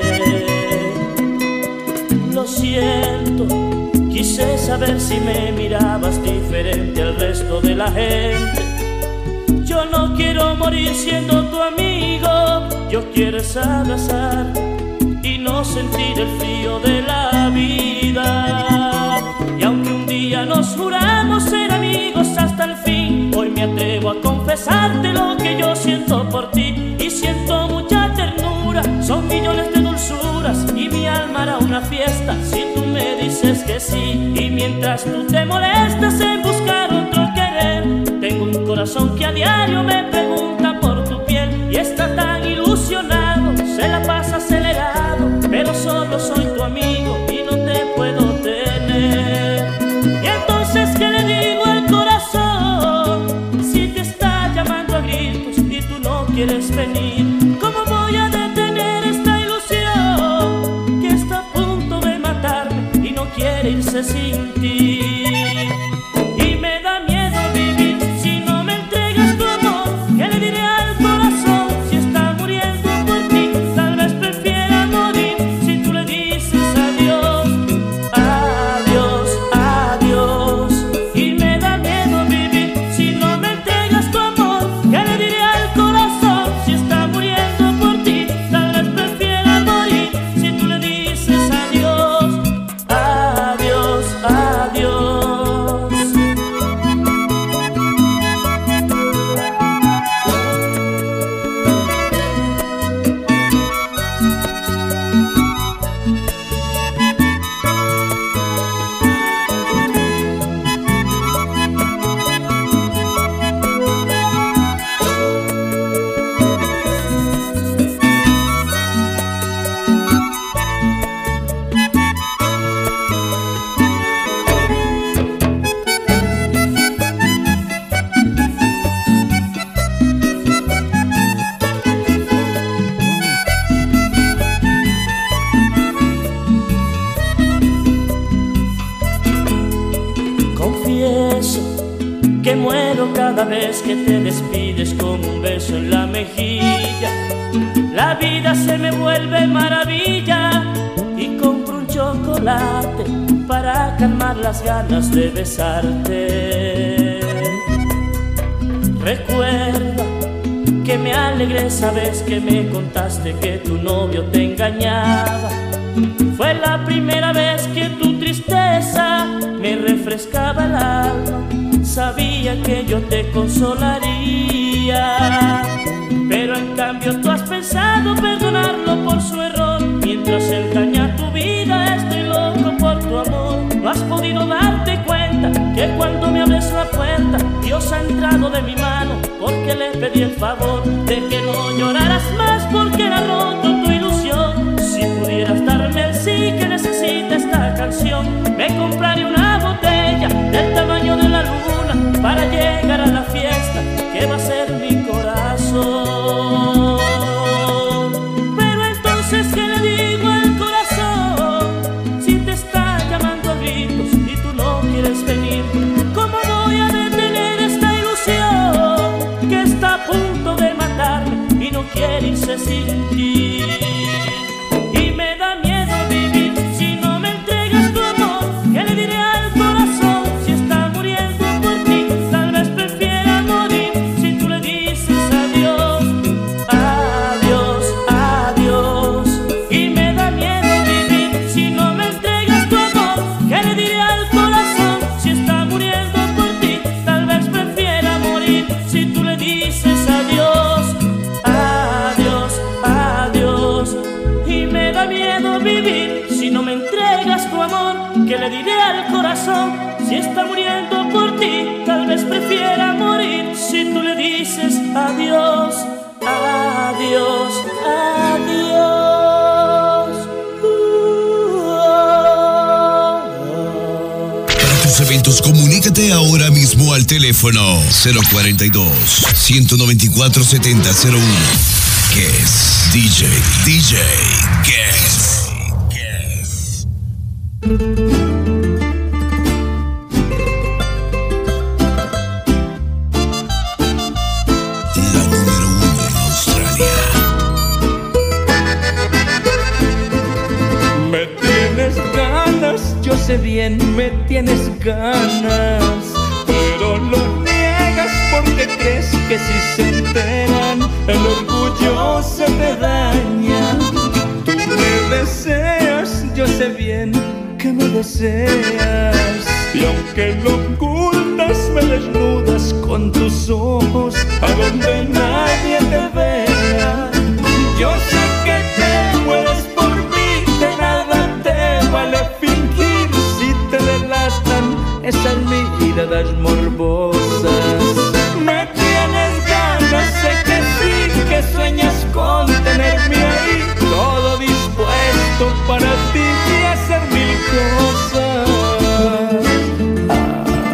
Lo siento, quise saber si me mirabas diferente al resto de la gente. Yo no quiero morir siendo tu amigo. Yo quiero es abrazar y no sentir el frío de la vida. Y aunque un día nos juramos ser amigos hasta el fin, hoy me atrevo a confesarte lo que yo siento por ti. Y siento mucha ternura, son millones de dulzuras y mi alma hará una fiesta si tú me dices que sí. Y mientras tú te molestas en buscar otro querer, tengo un corazón que a diario me pregunta por tu piel y está tan ilusionado, se la pasa acelerado, pero solo soy tu amigo y no te puedo tener. Y entonces, ¿qué le digo al corazón si te está llamando a gritos y tú no quieres? quieres venir. ¿Cómo voy a detener esta ilusión que está a punto de matarme y no quiere irse sin ti? Y me da miedo vivir si no me entregas tu amor. ¿Qué le diré al corazón si está muriendo por ti? Tal vez prefiera morir si tú le dices adiós, adiós, adiós. Y me da miedo vivir si no me entregas tu amor. ¿Qué le diré al corazón si está muriendo por ti? Tal vez prefiera morir si tú le dices adiós, adiós, adiós. Confieso que muero cada vez que te despides con un beso en la mejilla. La vida se me vuelve maravilla y compro un chocolate para calmar las ganas de besarte. Recuerda que me alegré esa vez que me contaste que tu novio te engañaba. Fue la primera vez que tu tristeza me refrescaba el alma. Sabía que yo te consolaría, pero en cambio tú has pensado perdonarlo por su error. Mientras él daña tu vida, estoy loco por tu amor. No has podido darte cuenta que cuando me abres la puerta, Dios ha entrado de mi mano, porque le pedí el favor de que no lloraras más porque era roto tu ilusión. Si pudieras darme el sí que necesita esta canción, me compraría una botella del tamaño de la luna para llegar a la fiesta que va a ser mi corazón. Pero entonces, ¿qué le digo al corazón si te está llamando a gritos y tú no quieres venir? ¿Cómo voy a detener esta ilusión que está a punto de matarme y no quiere irse sin ti? Y me da miedo vivir si no me entregas tu amor. ¿Qué le diré al corazón si está muriendo por ti? Tal vez prefiera morir si tú le dices adiós, adiós, adiós. Y me da miedo vivir si no me entregas tu amor. ¿Qué le diré al corazón si está muriendo por ti? Tal vez prefiera morir si tú le dices adiós, adiós, adiós. Y me da miedo vivir si no me entregas tu amor. ¿Qué le diré al corazón si está muriendo por ti? Tal vez prefiera morir si tú le dices adiós, adiós, adiós. Para tus eventos, comunícate ahora mismo al teléfono 042-194-7001. Guess DJ Guess. La número 1 en Australia. Me tienes ganas, yo sé bien, me tienes ganas, pero lo niegas porque crees que si se enteran, el orgullo se te daña. Tú me deseas, yo sé bien que me deseas, y aunque lo ocultas, me desnudas con tus ojos a donde nadie te vea. Yo sé que te mueres por mí, de nada te vale fingir si te delatan esas miradas morbosas. Me tienes ganas, sé que sí, que sueñas con tenerme ahí, todo dispuesto para ti y hacer mil cosas.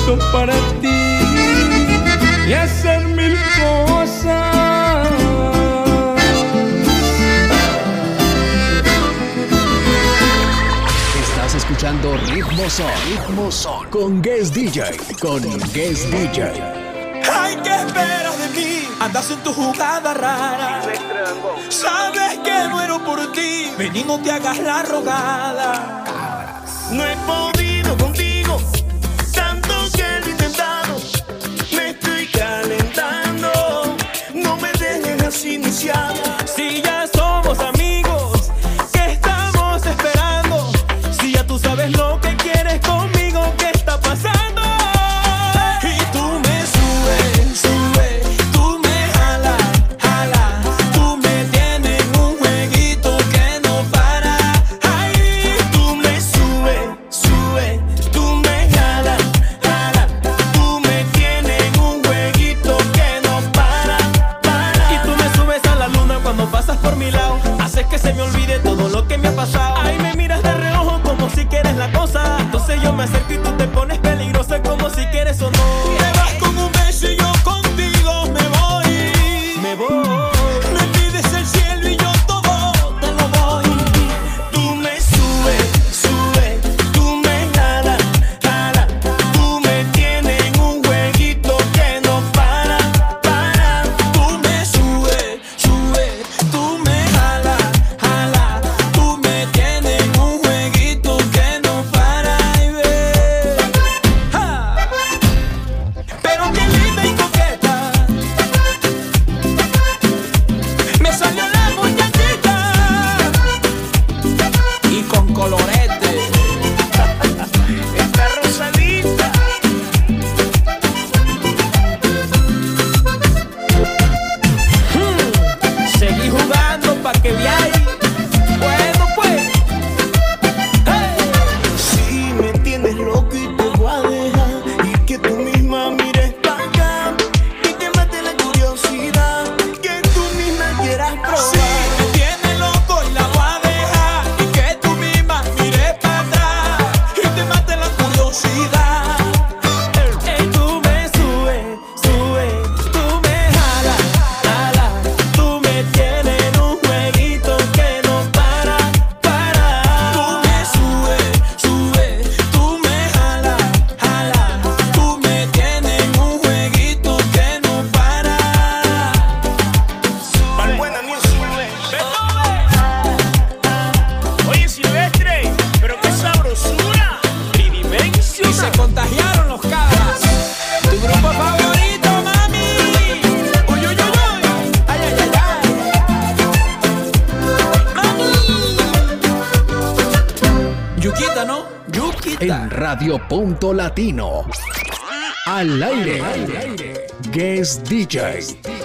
jueguito para ti y hacer mil cosas. Estás escuchando Ritmo Son con Guest DJ, Ay, ¿qué esperas de mí? Andas en tu jugada rara. Sabes que muero por ti. Ven y no te hagas la rogada. No he podido contigo, tanto que lo he intentado. Me estoy calentando. No me dejes así iniciado. Si ya somos amigos, ¿qué estamos esperando? Si ya tú sabes lo que quieres conmigo, ¿qué está pasando? Que se me olvide todo lo que me ha pasado. Ay, me miras de reojo como si quieres la cosa. Entonces yo me acerco y tú te pones peligrosa como si quieres o no. Te vas con un beso y yo contigo me voy. Me pides el cielo y yo todo te lo doy. Tú me subes, tú me jalas. Tú me tienes en un jueguito que no para. Tú me subes, tú me jalas. En Radio Punto Latino. Al aire. Guest DJ.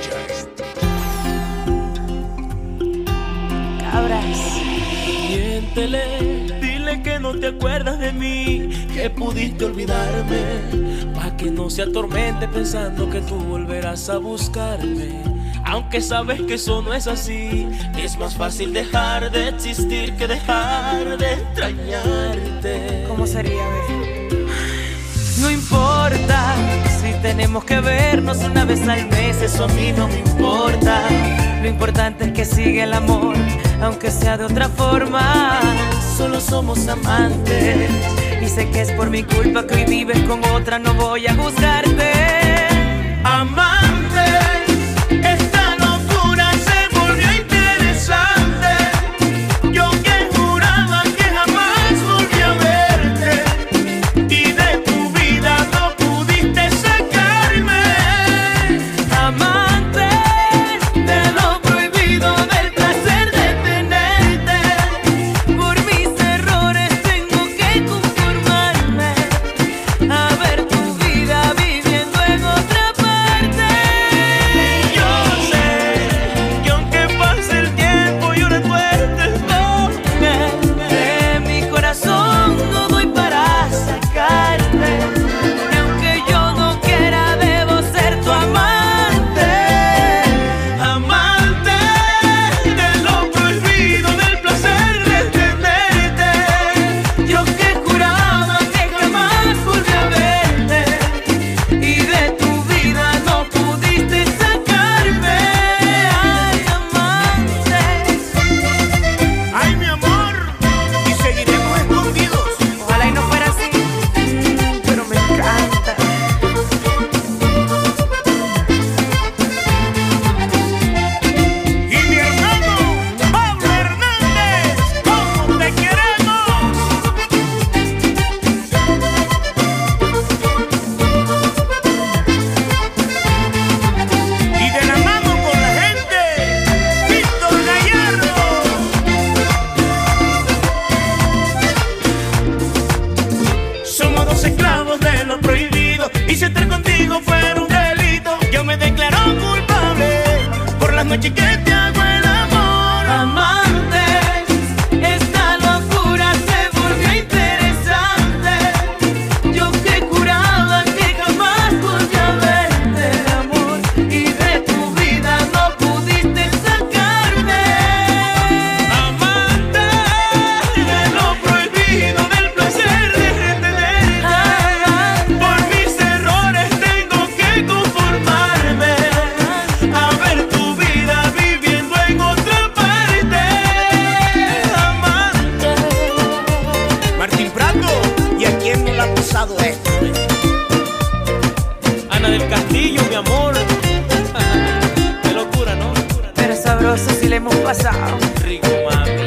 Cabras. Miéntele, dile que no te acuerdas de mí, que pudiste olvidarme, pa' que no se atormente pensando que tú volverás a buscarme. Aunque sabes que eso no es así, es más fácil dejar de existir que dejar de extrañarte. ¿Cómo sería, bebé? No importa si tenemos que vernos una vez al mes, eso a mí no me importa. Lo importante es que sigue el amor, aunque sea de otra forma. Solo somos amantes y sé que es por mi culpa que hoy vives con otra, no voy a juzgarte. Amante, esta locura se volvió interesante. Yo que juraba que jamás volví a verte, y de tu vida no pudiste sacarme. Amante, de lo prohibido, del placer de tenerte. Por mis errores tengo que conformarme a ver tu vida viviendo en otra parte. Y si estar contigo fuera un delito, yo me declaro culpable por las noches que te hago el amor. Amantes, esta locura se volvió interesante. Yo que juraba que jamás volvía a verte, amor, y de tu vida no pudiste sacarme. Amante de lo prohibido, del placer de retenerte. Por mis errores tengo que conformarme a ver tu vida viviendo en otra parte. Amante. Martín Prato, ¿y a quién no le ha pasado esto? Ana del Castillo, mi amor. Qué locura, ¿no? Pero sabroso si le hemos pasado. Rico, mami.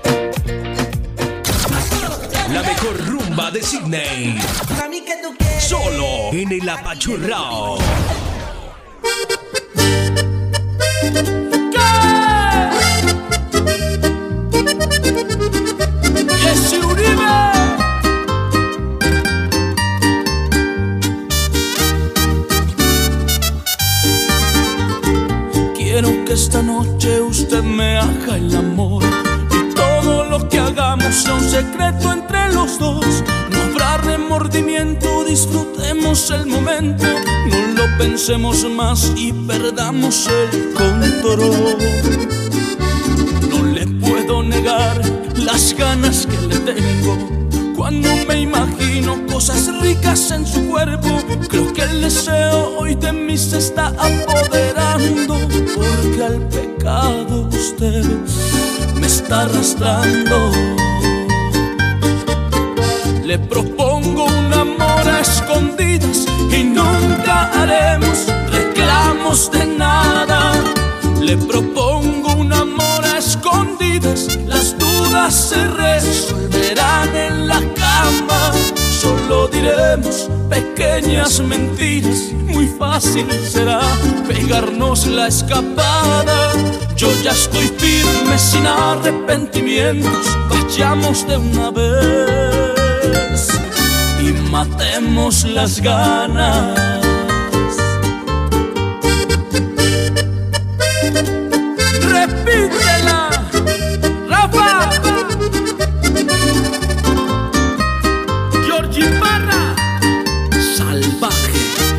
La mejor rumba de Sydney. Solo en el apachurrao. Jesse Uribe. Quiero que esta noche usted me haga el amor y todo lo que hagamos sea un secreto entre los dos. No habrá remordimiento, disfrutemos el momento, no lo pensemos más y perdamos el control. No le puedo negar las ganas que le tengo cuando me imagino cosas ricas en su cuerpo. Creo que el deseo hoy de mí se está apoderando, porque al pecado usted me está arrastrando. Le propongo un amor a escondidas y nunca haremos reclamos de nada. Le propongo un amor a escondidas, las dudas se resolverán en la cama. Solo diremos pequeñas mentiras, muy fácil será pegarnos la escapada. Yo ya estoy firme sin arrepentimientos, vayamos de una vez y matemos las ganas. Repítela, Rafa. Georgie Parra, salvaje.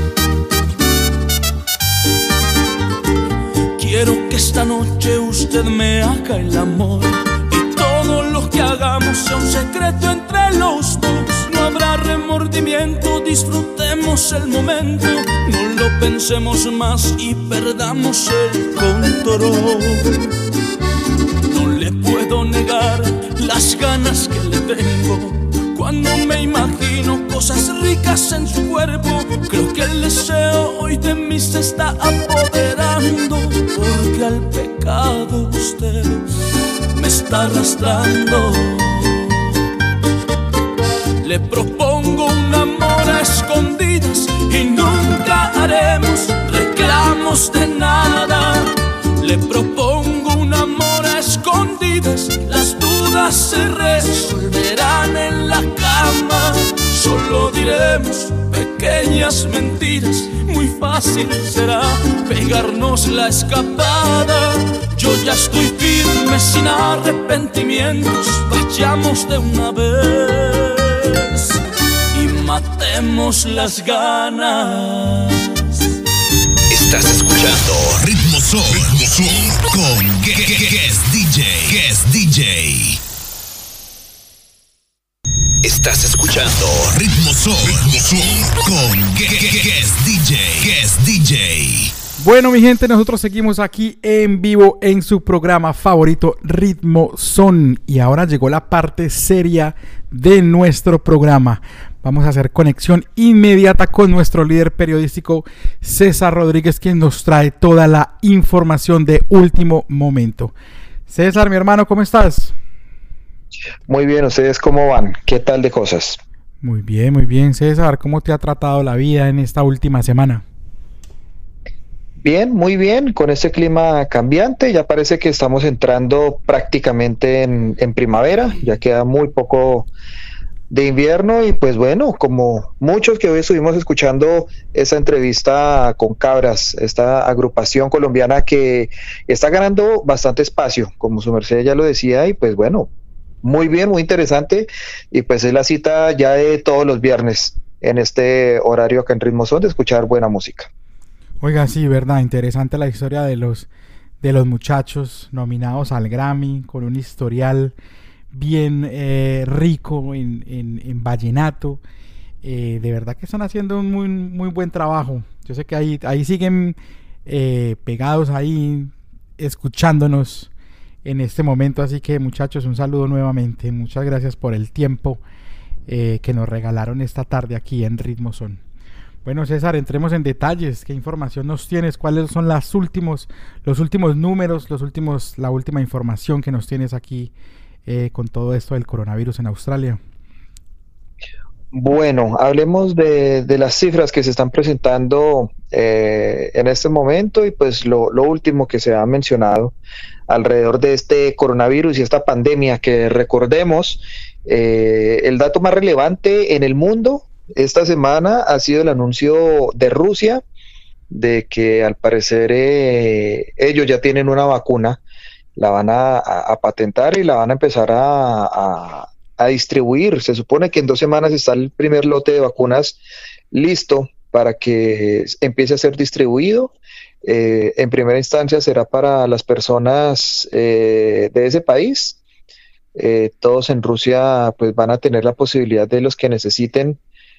Quiero que esta noche usted me haga el amor y todo lo que hagamos sea un secreto entre los dos. No habrá remordimiento, disfrutemos el momento, no lo pensemos más y perdamos el control. No le puedo negar las ganas que le tengo cuando me imagino cosas ricas en su cuerpo. Creo que el deseo hoy de mí se está apoderando, porque al pecado usted me está arrastrando. Le propongo un amor a escondidas y nunca haremos reclamos de nada. Le propongo un amor a escondidas, las dudas se resolverán en la cama. Solo diremos pequeñas mentiras, muy fácil será pegarnos la escapada. Yo ya estoy firme sin arrepentimientos, vayamos de una vez y matemos las ganas. Estás escuchando Ritmo Son con Guest DJ. Estás escuchando Ritmo Son con Guest DJ. Bueno, mi gente, nosotros seguimos aquí en vivo en su programa favorito Ritmo Son, y ahora llegó la parte seria de nuestro programa. Vamos a hacer conexión inmediata con nuestro líder periodístico César Rodríguez, quien nos trae toda la información de último momento. César, mi hermano, ¿cómo estás? Muy bien, ¿ustedes cómo van? ¿Qué tal de cosas? Muy bien, César. ¿Cómo te ha tratado la vida en esta última semana? Bien, muy bien, con este clima cambiante. Ya parece que estamos entrando prácticamente en primavera. Ya queda muy poco de invierno. Y pues bueno, como muchos que hoy estuvimos escuchando esa entrevista con Cabras, esta agrupación colombiana que está ganando bastante espacio, como su merced ya lo decía, y pues bueno, muy bien, muy interesante, y pues es la cita ya de todos los viernes en este horario acá en Ritmo Son de escuchar buena música. Oiga, sí, verdad, interesante la historia de los muchachos nominados al Grammy, con un historial bien rico en vallenato. De verdad que están haciendo un muy, muy buen trabajo. Yo sé que ahí siguen pegados ahí, escuchándonos en este momento. Así que, muchachos, un saludo nuevamente. Muchas gracias por el tiempo que nos regalaron esta tarde aquí en Ritmo Son. Bueno, César, entremos en detalles. ¿Qué información nos tienes? ¿Cuáles son los últimos números, la última información que nos tienes aquí con todo esto del coronavirus en Australia? Bueno, hablemos de las cifras que se están presentando en este momento, y pues lo último que se ha mencionado alrededor de este coronavirus y esta pandemia, que recordemos, el dato más relevante en el mundo esta semana ha sido el anuncio de Rusia de que al parecer ellos ya tienen una vacuna, la van a patentar y la van a empezar a distribuir. Se supone que en 2 semanas está el primer lote de vacunas listo para que empiece a ser distribuido. En primera instancia será para las personas de ese país. Todos en Rusia pues van a tener la posibilidad, de los que necesiten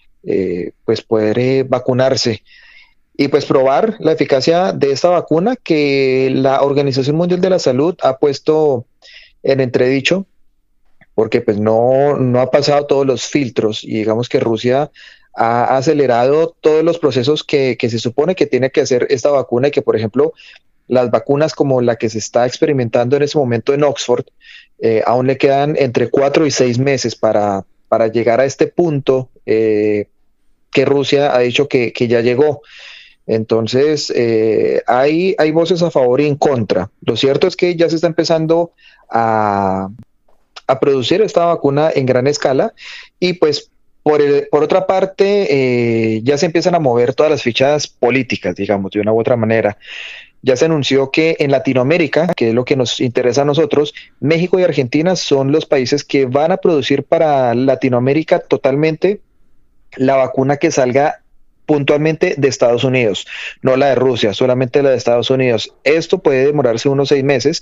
pues poder vacunarse y pues probar la eficacia de esta vacuna que la Organización Mundial de la Salud ha puesto en entredicho, porque pues no ha pasado todos los filtros, y digamos que Rusia ha acelerado todos los procesos que se supone que tiene que hacer esta vacuna, y que por ejemplo las vacunas como la que se está experimentando en ese momento en Oxford aún le quedan entre 4 y 6 meses para llegar a este punto que Rusia ha dicho que ya llegó. Entonces hay voces a favor y en contra. Lo cierto es que ya se está empezando a producir esta vacuna en gran escala, y pues por otra parte ya se empiezan a mover todas las fichas políticas, digamos, de una u otra manera. Ya se anunció que en Latinoamérica, que es lo que nos interesa a nosotros, México y Argentina son los países que van a producir para Latinoamérica totalmente la vacuna que salga puntualmente de Estados Unidos, no la de Rusia, solamente la de Estados Unidos. Esto puede demorarse unos 6 meses,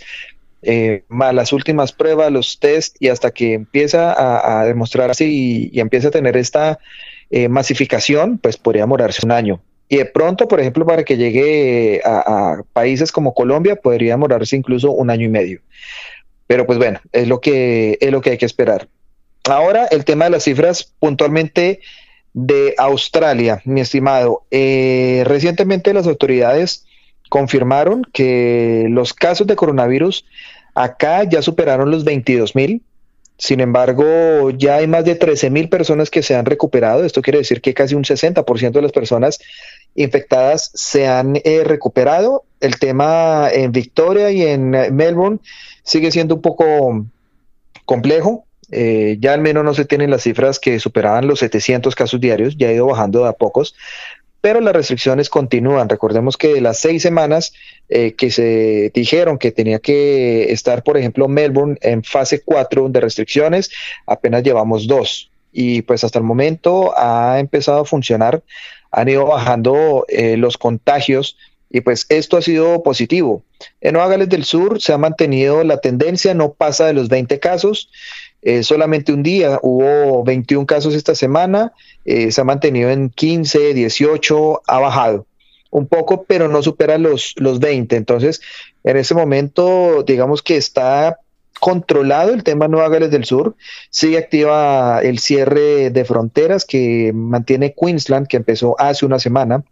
más las últimas pruebas, los test, y hasta que empieza a demostrarse y empieza a tener esta masificación, pues podría demorarse 1 año. Y de pronto, por ejemplo, para que llegue a países como Colombia, podría demorarse incluso 1 año y medio. Pero pues bueno, es lo que hay que esperar. Ahora, el tema de las cifras puntualmente de Australia, mi estimado. Recientemente las autoridades confirmaron que los casos de coronavirus acá ya superaron los 22,000. Sin embargo, ya hay más de 13,000 personas que se han recuperado. Esto quiere decir que casi un 60% de las personas infectadas se han recuperado. El tema en Victoria y en Melbourne sigue siendo un poco complejo. Ya al menos no se tienen las cifras que superaban los 700 casos diarios, ya ha ido bajando de a pocos, pero las restricciones continúan. Recordemos que de las 6 semanas que se dijeron que tenía que estar, por ejemplo, Melbourne en fase 4 de restricciones, apenas llevamos 2, y pues hasta el momento ha empezado a funcionar, han ido bajando los contagios, y pues esto ha sido positivo. En Nueva Gales del Sur se ha mantenido la tendencia, no pasa de los 20 casos, solamente un día hubo 21 casos esta semana, se ha mantenido en 15, 18, ha bajado un poco, pero no supera los 20. Entonces, en ese momento, digamos que está controlado el tema Nueva Gales del Sur. Sigue activa el cierre de fronteras que mantiene Queensland, que empezó hace una semana.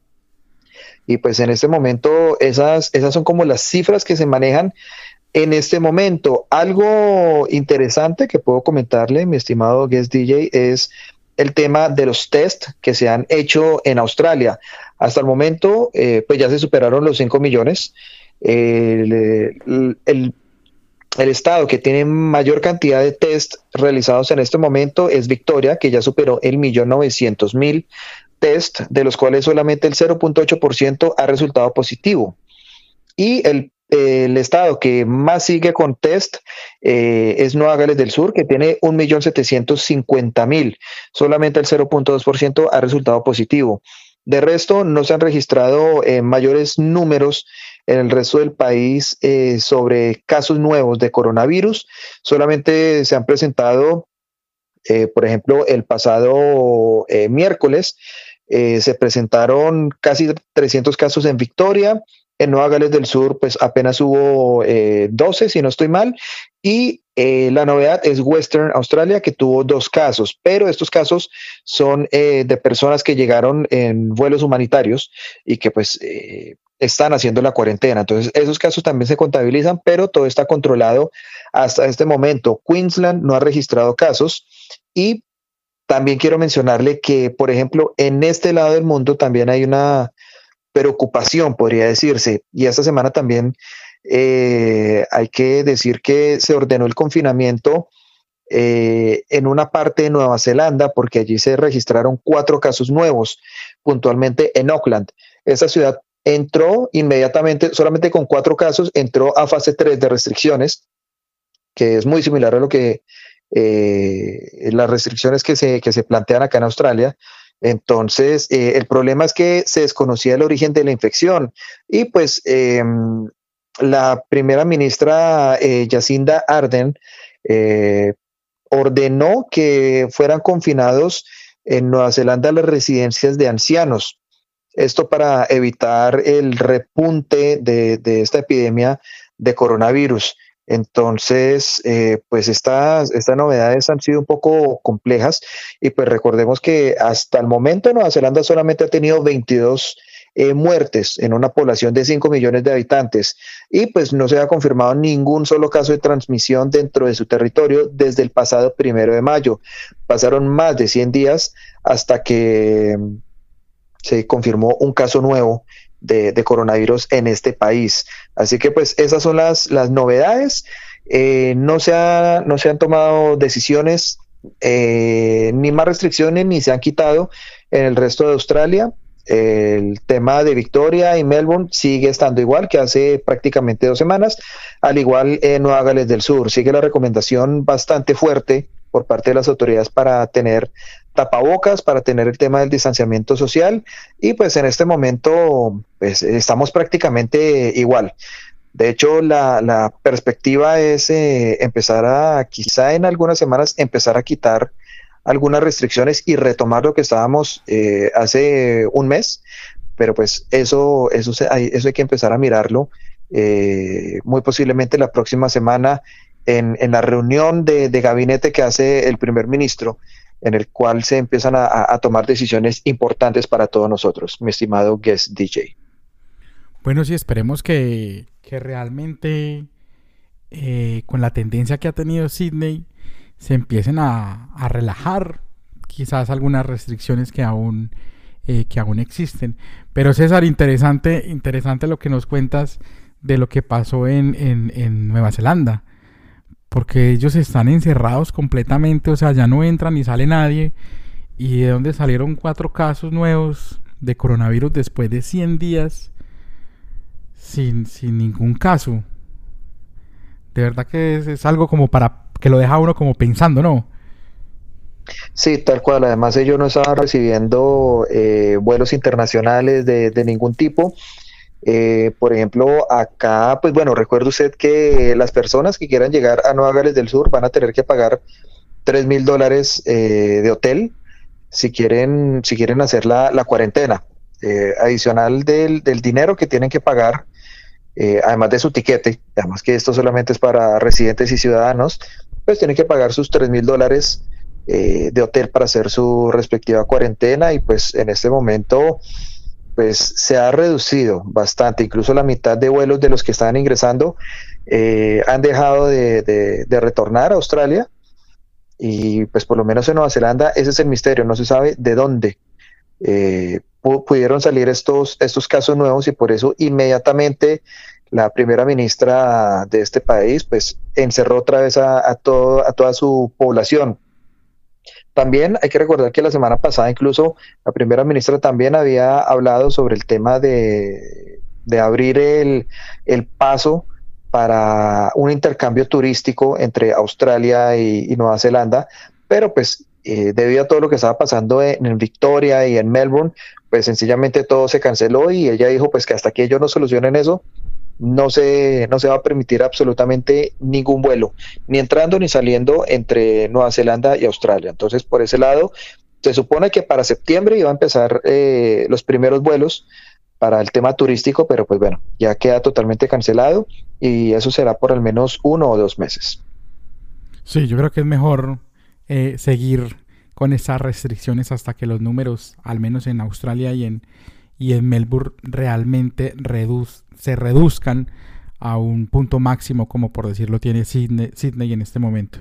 Y pues en este momento esas son como las cifras que se manejan en este momento. Algo interesante que puedo comentarle, mi estimado guest DJ, es el tema de los test que se han hecho en Australia. Hasta el momento, pues ya se superaron los 5 millones. el estado que tiene mayor cantidad de test realizados en este momento es Victoria, que ya superó el 1.900.000 test, de los cuales solamente el 0.8% ha resultado positivo. Y el estado que más sigue con test es Nueva Gales del Sur, que tiene 1.750.000. Solamente el 0.2% ha resultado positivo. De resto, no se han registrado mayores números en el resto del país sobre casos nuevos de coronavirus. Solamente se han presentado, por ejemplo, el pasado miércoles, se presentaron casi 300 casos en Victoria. En Nueva Gales del Sur, pues apenas hubo 12, si no estoy mal, y la novedad es Western Australia, que tuvo 2 casos, pero estos casos son de personas que llegaron en vuelos humanitarios y que pues están haciendo la cuarentena. Entonces, esos casos también se contabilizan, pero todo está controlado hasta este momento. Queensland no ha registrado casos y también quiero mencionarle que, por ejemplo, en este lado del mundo también hay una preocupación, podría decirse, y esta semana también hay que decir que se ordenó el confinamiento en una parte de Nueva Zelanda, porque allí se registraron 4 casos nuevos, puntualmente en Auckland. Esa ciudad entró inmediatamente, solamente con 4 casos, entró a fase 3 de restricciones, que es muy similar a lo que las restricciones que se plantean acá en Australia. Entonces, el problema es que se desconocía el origen de la infección y pues la primera ministra Jacinda Ardern ordenó que fueran confinados en Nueva Zelanda las residencias de ancianos. Esto para evitar el repunte de esta epidemia de coronavirus. Entonces, pues estas novedades han sido un poco complejas y pues recordemos que hasta el momento Nueva Zelanda solamente ha tenido 22 muertes en una población de 5 millones de habitantes y pues no se ha confirmado ningún solo caso de transmisión dentro de su territorio desde el pasado 1 de mayo. Pasaron más de 100 días hasta que se confirmó un caso nuevo de coronavirus en este país. Así que pues esas son las novedades. No se han tomado decisiones ni más restricciones ni se han quitado en el resto de Australia. El tema de Victoria y Melbourne sigue estando igual que hace prácticamente 2 semanas, al igual en Nueva Gales del Sur. Sigue la recomendación bastante fuerte por parte de las autoridades para tener tapabocas, para tener el tema del distanciamiento social y pues en este momento pues estamos prácticamente igual. De hecho, la perspectiva es quizá en algunas semanas, empezar a quitar algunas restricciones y retomar lo que estábamos hace un mes, pero pues eso hay que empezar a mirarlo muy posiblemente la próxima semana en la reunión de gabinete que hace el primer ministro, en el cual se empiezan a tomar decisiones importantes para todos nosotros, mi estimado guest DJ. Bueno, sí, esperemos que realmente con la tendencia que ha tenido Sydney se empiecen a relajar quizás algunas restricciones que aún existen. Pero César, interesante lo que nos cuentas de lo que pasó en Nueva Zelanda, porque ellos están encerrados completamente, o sea, ya no entra ni sale nadie, y de donde salieron 4 casos nuevos de coronavirus después de 100 días sin ningún caso. De verdad que es algo como para que lo deja uno como pensando, ¿no? Sí, tal cual. Además ellos no estaban recibiendo vuelos internacionales de ningún tipo. Por ejemplo, acá, pues bueno, recuerde usted que las personas que quieran llegar a Nueva Gales del Sur van a tener que pagar $3,000 de hotel si quieren hacer la cuarentena. Adicional del dinero que tienen que pagar, además de su tiquete, además que esto solamente es para residentes y ciudadanos, pues tienen que pagar sus $3,000 de hotel para hacer su respectiva cuarentena y pues en este momento pues se ha reducido bastante, incluso la mitad de vuelos de los que estaban ingresando han dejado de retornar a Australia y pues por lo menos en Nueva Zelanda ese es el misterio, no se sabe de dónde pudieron salir estos casos nuevos y por eso inmediatamente la primera ministra de este país, pues encerró otra vez a toda su población. También hay que recordar que la semana pasada incluso la primera ministra también había hablado sobre el tema de abrir el paso para un intercambio turístico entre Australia y Nueva Zelanda, pero pues debido a todo lo que estaba pasando en Victoria y en Melbourne, pues sencillamente todo se canceló y ella dijo pues que hasta que ellos no solucionen eso, no se va a permitir absolutamente ningún vuelo, ni entrando ni saliendo entre Nueva Zelanda y Australia. Entonces, por ese lado, se supone que para septiembre iba a empezar los primeros vuelos para el tema turístico, pero pues bueno, ya queda totalmente cancelado y eso será por al menos 1 o 2 meses. Sí, yo creo que es mejor seguir con esas restricciones hasta que los números, al menos en Australia y en Melbourne, realmente se reduzcan a un punto máximo, como por decirlo tiene Sydney en este momento.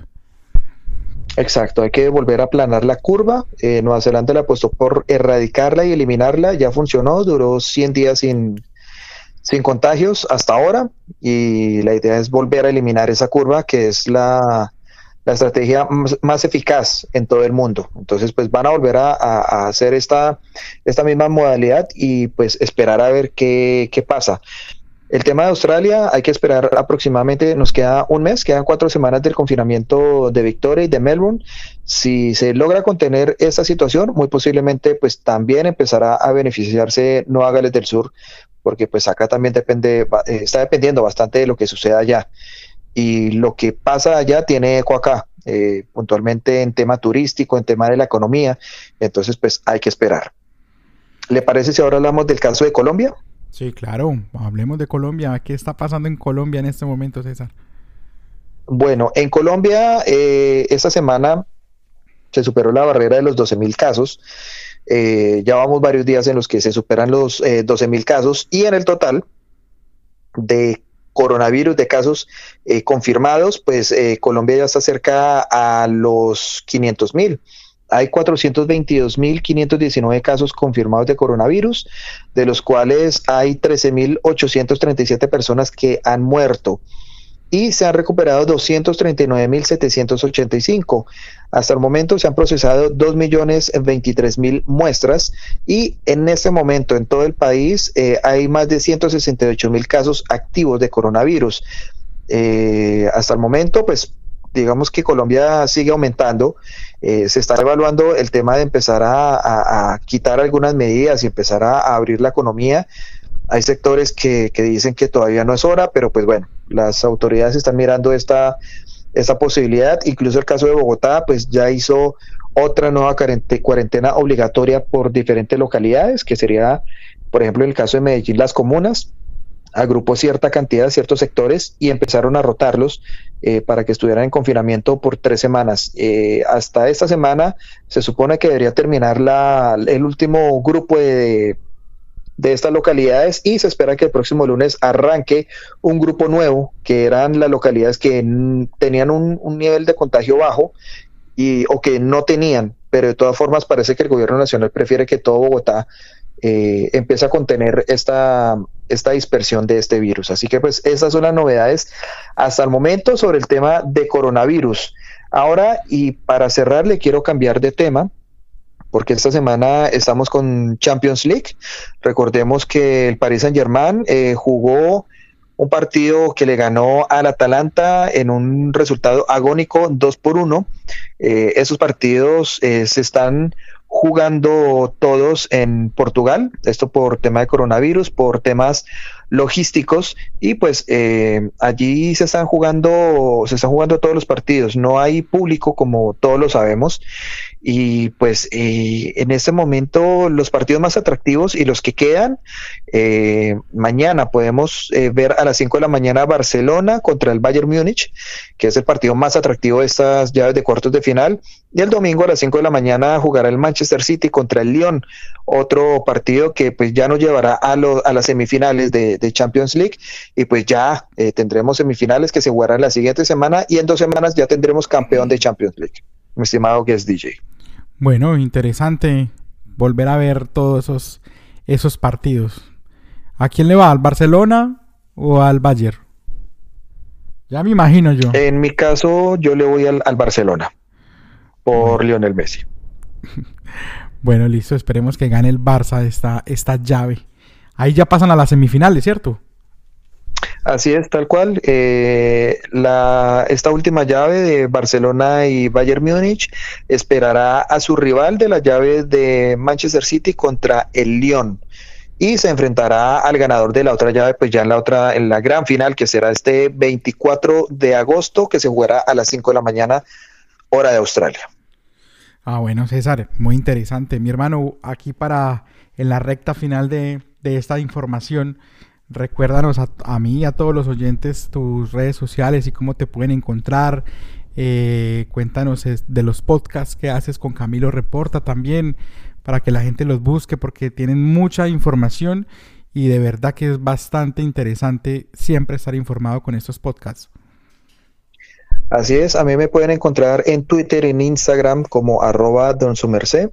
Exacto, hay que volver a aplanar la curva. Nueva Zelanda le apostó por erradicarla y eliminarla, ya funcionó, duró 100 días sin contagios hasta ahora, y la idea es volver a eliminar esa curva, que es la estrategia más eficaz en todo el mundo. Entonces pues van a volver a hacer esta misma modalidad y pues esperar a ver qué pasa. El tema de Australia, hay que esperar aproximadamente, nos queda un mes, quedan 4 semanas del confinamiento de Victoria y de Melbourne. Si se logra contener esta situación, muy posiblemente pues también empezará a beneficiarse Nueva Gales del Sur, porque pues acá también está dependiendo bastante de lo que suceda allá. Y lo que pasa allá tiene eco acá, puntualmente en tema turístico, en tema de la economía. Entonces pues hay que esperar. ¿Le parece si ahora hablamos del caso de Colombia? Sí, claro, hablemos de Colombia. ¿Qué está pasando en Colombia en este momento, César? Bueno, en Colombia esta semana se superó la barrera de los 12.000 casos. Ya vamos varios días en los que se superan los 12.000 casos, y en el total de coronavirus, de casos confirmados, pues Colombia ya está cerca a los 500.000. Hay 422.519 casos confirmados de coronavirus, de los cuales hay 13.837 personas que han muerto, y se han recuperado 239.785. Hasta el momento se han procesado 2.023.000 muestras, y en este momento en todo el país hay más de 168.000 casos activos de coronavirus. Hasta el momento, pues digamos que Colombia sigue aumentando. Se está evaluando el tema de empezar a quitar algunas medidas y empezar a abrir la economía. Hay sectores que dicen que todavía no es hora, pero pues bueno, las autoridades están mirando esta posibilidad. Incluso el caso de Bogotá pues ya hizo otra nueva cuarentena obligatoria por diferentes localidades, que sería, por ejemplo, en el caso de Medellín, las comunas agrupó cierta cantidad de ciertos sectores y empezaron a rotarlos para que estuvieran en confinamiento por 3 semanas. Hasta esta semana se supone que debería terminar el último grupo de estas localidades, y se espera que el próximo lunes arranque un grupo nuevo, que eran las localidades que tenían un nivel de contagio bajo o que no tenían, pero de todas formas parece que el gobierno nacional prefiere que todo Bogotá empieza a contener esta dispersión de este virus. Así que pues estas son las novedades hasta el momento sobre el tema de coronavirus. Ahora, y para cerrar, le quiero cambiar de tema, porque esta semana estamos con Champions League. Recordemos que el Paris Saint-Germain jugó un partido que le ganó al Atalanta en un resultado agónico 2-1. Esos partidos se están jugando todos en Portugal, esto por tema de coronavirus, por temas logísticos, y pues allí se están jugando todos los partidos. No hay público, como todos lo sabemos, y pues en este momento los partidos más atractivos y los que quedan, mañana podemos ver a las 5 de la mañana Barcelona contra el Bayern Múnich, que es el partido más atractivo de estas llaves de cuartos de final, y el domingo a las 5 de la mañana jugará el Manchester City contra el Lyon, otro partido que pues ya nos llevará a las semifinales de Champions League, y pues ya tendremos semifinales que se jugarán la siguiente semana, y en 2 semanas ya tendremos campeón de Champions League, mi estimado Guest DJ. Bueno, interesante volver a ver todos esos partidos. ¿A quién le va? ¿Al Barcelona o al Bayern? Ya me imagino yo. En mi caso, yo le voy al Barcelona por Lionel Messi. Bueno, listo, esperemos que gane el Barça esta llave. Ahí ya pasan a las semifinales, ¿cierto? Así es, tal cual. Esta última llave de Barcelona y Bayern Múnich esperará a su rival de la llave de Manchester City contra el Lyon. Y se enfrentará al ganador de la otra llave, pues ya en la gran final, que será este 24 de agosto, que se jugará a las 5 de la mañana, hora de Australia. Ah, bueno, César, muy interesante. Mi hermano, aquí en la recta final de esta información, recuérdanos a mí y a todos los oyentes tus redes sociales y cómo te pueden encontrar. Cuéntanos de los podcasts que haces con Camilo Reporta también, para que la gente los busque, porque tienen mucha información y de verdad que es bastante interesante siempre estar informado con estos podcasts. Así es, a mí me pueden encontrar en Twitter, en Instagram como @donsumerced,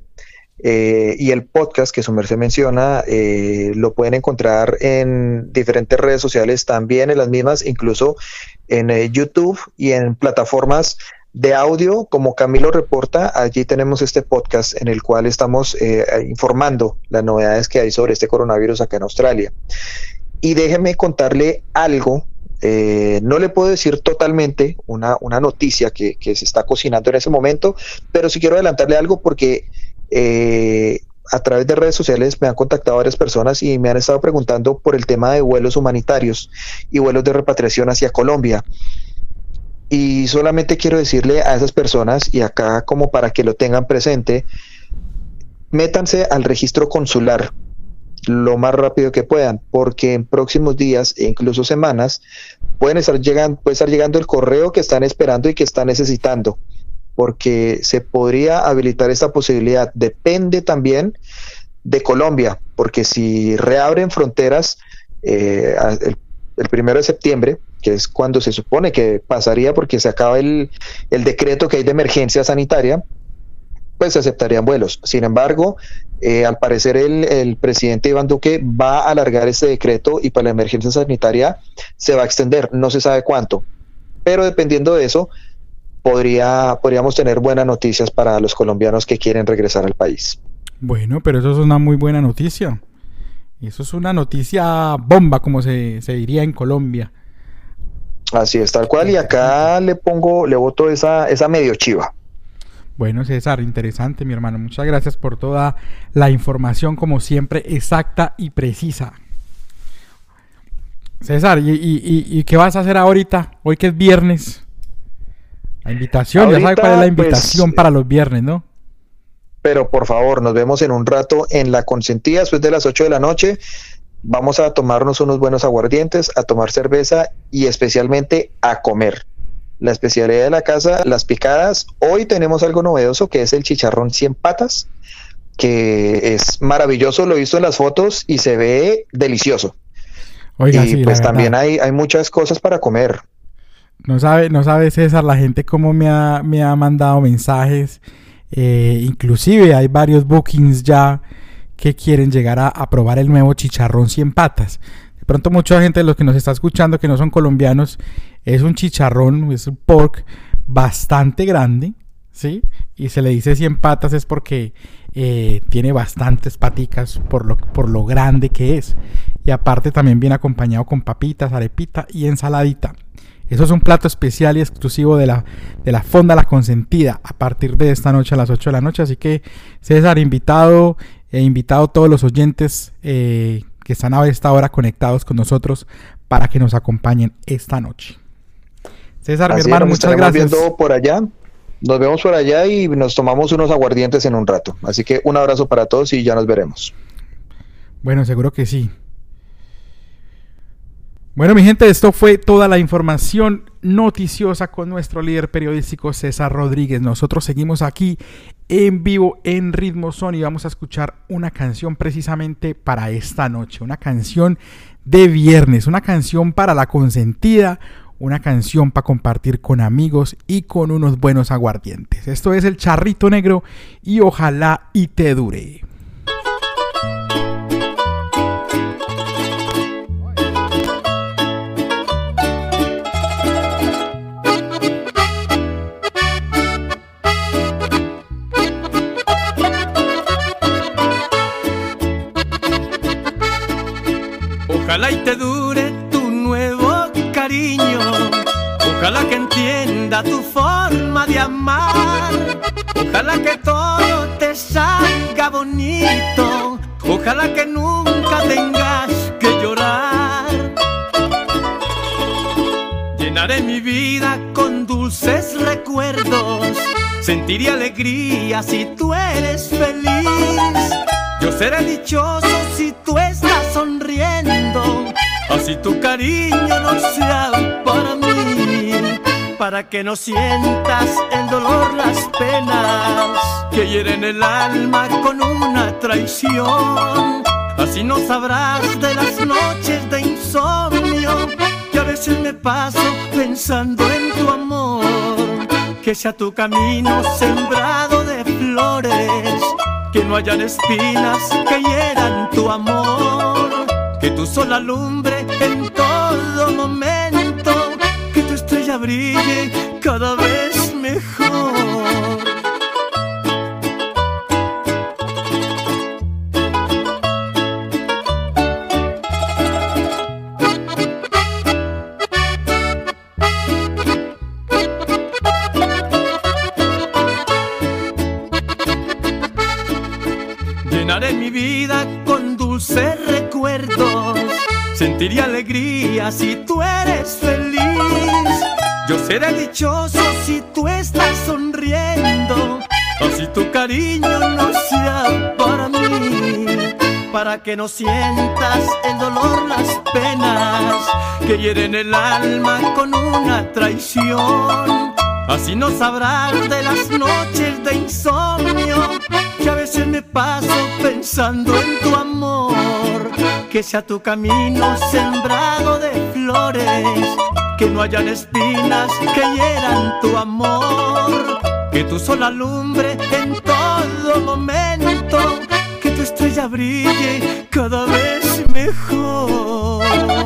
y el podcast que su merced menciona lo pueden encontrar en diferentes redes sociales también, en las mismas, incluso en YouTube y en plataformas de audio como Camilo Reporta. Allí tenemos este podcast en el cual estamos informando las novedades que hay sobre este coronavirus acá en Australia. Y déjeme contarle algo. No le puedo decir totalmente una noticia que se está cocinando en ese momento, pero sí quiero adelantarle algo porque a través de redes sociales me han contactado varias personas y me han estado preguntando por el tema de vuelos humanitarios y vuelos de repatriación hacia Colombia. Y solamente quiero decirle a esas personas, y acá como para que lo tengan presente, métanse al registro consular lo más rápido que puedan, porque en próximos días e incluso semanas puede estar llegando el correo que están esperando y que están necesitando, porque se podría habilitar esta posibilidad. Depende también de Colombia, porque si reabren fronteras el 1 de septiembre, que es cuando se supone que pasaría, porque se acaba el decreto que hay de emergencia sanitaria, pues se aceptarían vuelos. Sin embargo, al parecer el presidente Iván Duque va a alargar este decreto y para la emergencia sanitaria se va a extender, no se sabe cuánto, pero dependiendo de eso, podríamos tener buenas noticias para los colombianos que quieren regresar al país. Bueno, pero eso es una muy buena noticia. Eso es una noticia bomba, como se diría en Colombia. Así es, tal cual, y acá le boto esa medio chiva. Bueno, César, interesante, mi hermano. Muchas gracias por toda la información, como siempre, exacta y precisa. César, ¿y qué vas a hacer ahorita? Hoy que es viernes. La invitación, ahorita, ya sabe cuál es la invitación para los viernes, ¿no? Pero por favor, nos vemos en un rato en La Consentida, después de las 8 de la noche. Vamos a tomarnos unos buenos aguardientes, a tomar cerveza y especialmente a comer. La especialidad de la casa, las picadas. Hoy tenemos algo novedoso que es el chicharrón 100 patas, que es maravilloso, lo he visto en las fotos y se ve delicioso. Oiga, y sí, pues también hay muchas cosas para comer. No sabe César, la gente cómo me ha mandado mensajes, inclusive hay varios bookings ya que quieren llegar a probar el nuevo chicharrón 100 patas. De pronto mucha gente de los que nos está escuchando que no son colombianos, es un chicharrón, es un pork bastante grande, ¿sí? Y se le dice 100 patas es porque tiene bastantes paticas por lo grande que es. Y aparte también viene acompañado con papitas, arepita y ensaladita. Eso es un plato especial y exclusivo de la Fonda La Consentida a partir de esta noche a las 8 de la noche. Así que César, invitado a todos los oyentes que están a esta hora conectados con nosotros para que nos acompañen esta noche. César, mi hermano, muchas gracias. Nos vemos por allá y nos tomamos unos aguardientes en un rato. Así que un abrazo para todos y ya nos veremos. Bueno, seguro que sí. Bueno, mi gente, esto fue toda la información noticiosa con nuestro líder periodístico César Rodríguez. Nosotros seguimos aquí en vivo en Ritmo Son y vamos a escuchar una canción precisamente para esta noche. Una canción de viernes, una canción para la consentida, una canción para compartir con amigos y con unos buenos aguardientes. Esto es El Charrito Negro y Ojalá y Te Dure. Ojalá que entienda tu forma de amar. Ojalá que todo te salga bonito. Ojalá que nunca tengas que llorar. Llenaré mi vida con dulces recuerdos. Sentiré alegría si tú eres feliz. Yo seré dichoso si tú estás sonriendo. Así tu cariño no sea para mí, para que no sientas el dolor, las penas que hieren el alma con una traición. Así no sabrás de las noches de insomnio que a veces me paso pensando en tu amor. Que sea tu camino sembrado de flores, que no hayan espinas que hieran tu amor. Que tu sol alumbre en todo momento, que tu estrella brille cada vez mejor. Llenaré mi vida con dulces recuerdos. Sentiré alegría si tú eres feliz. Yo seré dichoso si tú estás sonriendo. Así tu cariño no sea para mí, para que no sientas el dolor, las penas que hieren el alma con una traición. Así no sabrás de las noches de insomnio que a veces me paso pensando en tu amor. Que sea tu camino sembrado de flores, que no hayan espinas que hieran tu amor. Que tu sol alumbre en todo momento, que tu estrella brille cada vez mejor.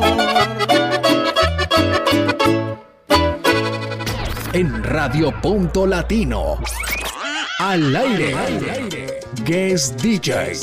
En Radio Punto Latino, al aire, Guest DJ.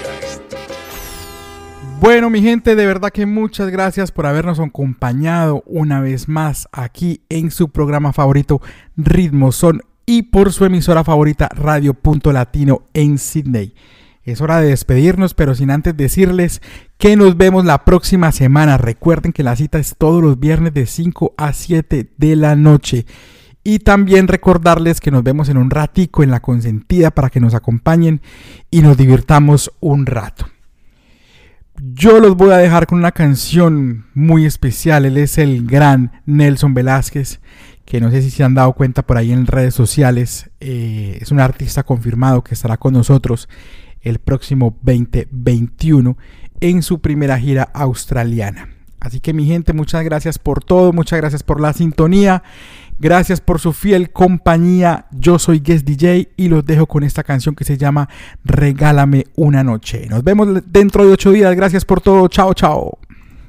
Bueno, mi gente, de verdad que muchas gracias por habernos acompañado una vez más aquí en su programa favorito Ritmo Son y por su emisora favorita Radio Punto Latino en Sydney. Es hora de despedirnos, pero sin antes decirles que nos vemos la próxima semana. Recuerden que la cita es todos los viernes de 5 a 7 de la noche. Y también recordarles que nos vemos en un ratico en La Consentida para que nos acompañen y nos divirtamos un rato. Yo los voy a dejar con una canción muy especial. Él es el gran Nelson Velázquez, que no sé si se han dado cuenta por ahí en redes sociales. Es un artista confirmado que estará con nosotros el próximo 2021 en su primera gira australiana. Así que mi gente, muchas gracias por todo, muchas gracias por la sintonía, gracias por su fiel compañía. Yo soy Guest DJ y los dejo con esta canción que se llama Regálame una noche. Nos vemos dentro de 8 días, gracias por todo, chao, chao.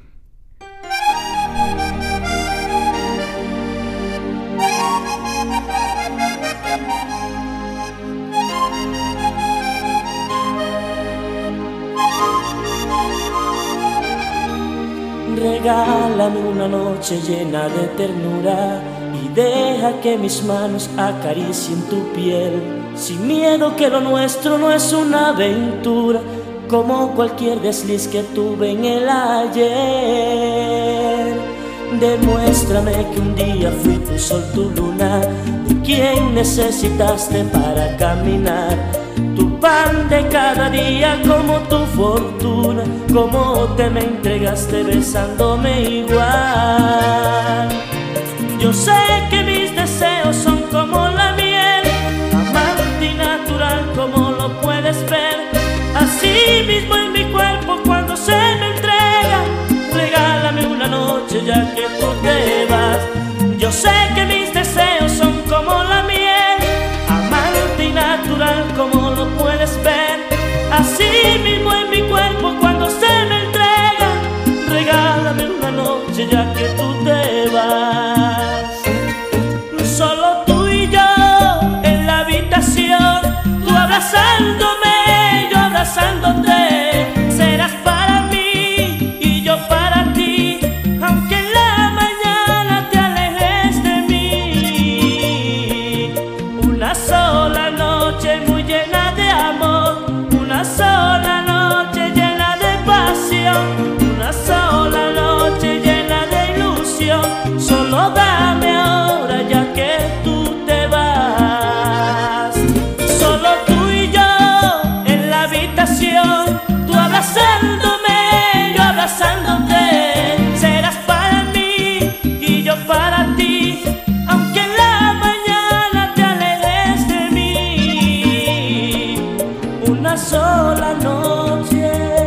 Regálame una noche llena de ternura y deja que mis manos acaricien tu piel, sin miedo que lo nuestro no es una aventura, como cualquier desliz que tuve en el ayer. Demuéstrame que un día fui tu sol, tu luna, de quien necesitaste para caminar. Tu pan de cada día como tu fortuna, como te me entregaste besándome igual. Yo sé que mis deseos son como la miel, amante y natural como lo puedes ver. Así mismo en mi cuerpo cuando se me entrega, regálame una noche ya que tú te vas. Yo sé que mis deseos son como la miel, amante y natural como lo puedes ver. Así mismo en mi cuerpo cuando se me entrega, regálame una noche ya que tú te vas. Solo tú y yo en la habitación, tú abrazándome, yo abrazándote. sola noche muy llena de amor, una sola noche llena de pasión, una sola noche llena de ilusión. Solo dame ahora ya que tú te vas. Solo tú y yo en la habitación, tú abrazándome, yo abrazándote. Serás para mí y yo para ti, aunque en la mañana te alejes de mí. Una sola noche.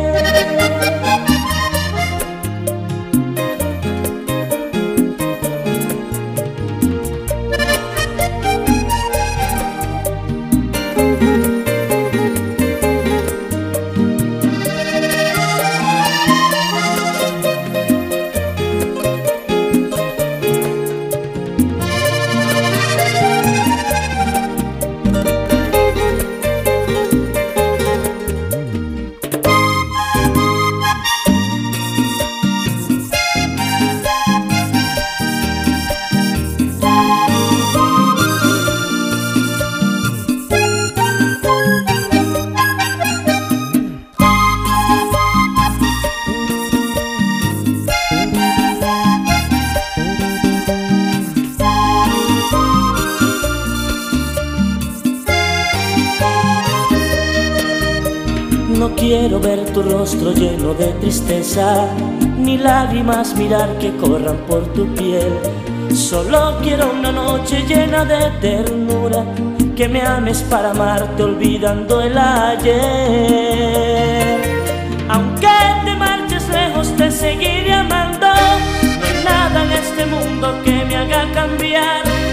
No quiero ver tu rostro lleno de tristeza, ni lágrimas mirar que corran por tu piel. Solo quiero una noche llena de ternura, que me ames para amarte olvidando el ayer. Aunque te marches lejos te seguiré amando, no hay nada en este mundo que me haga cambiar.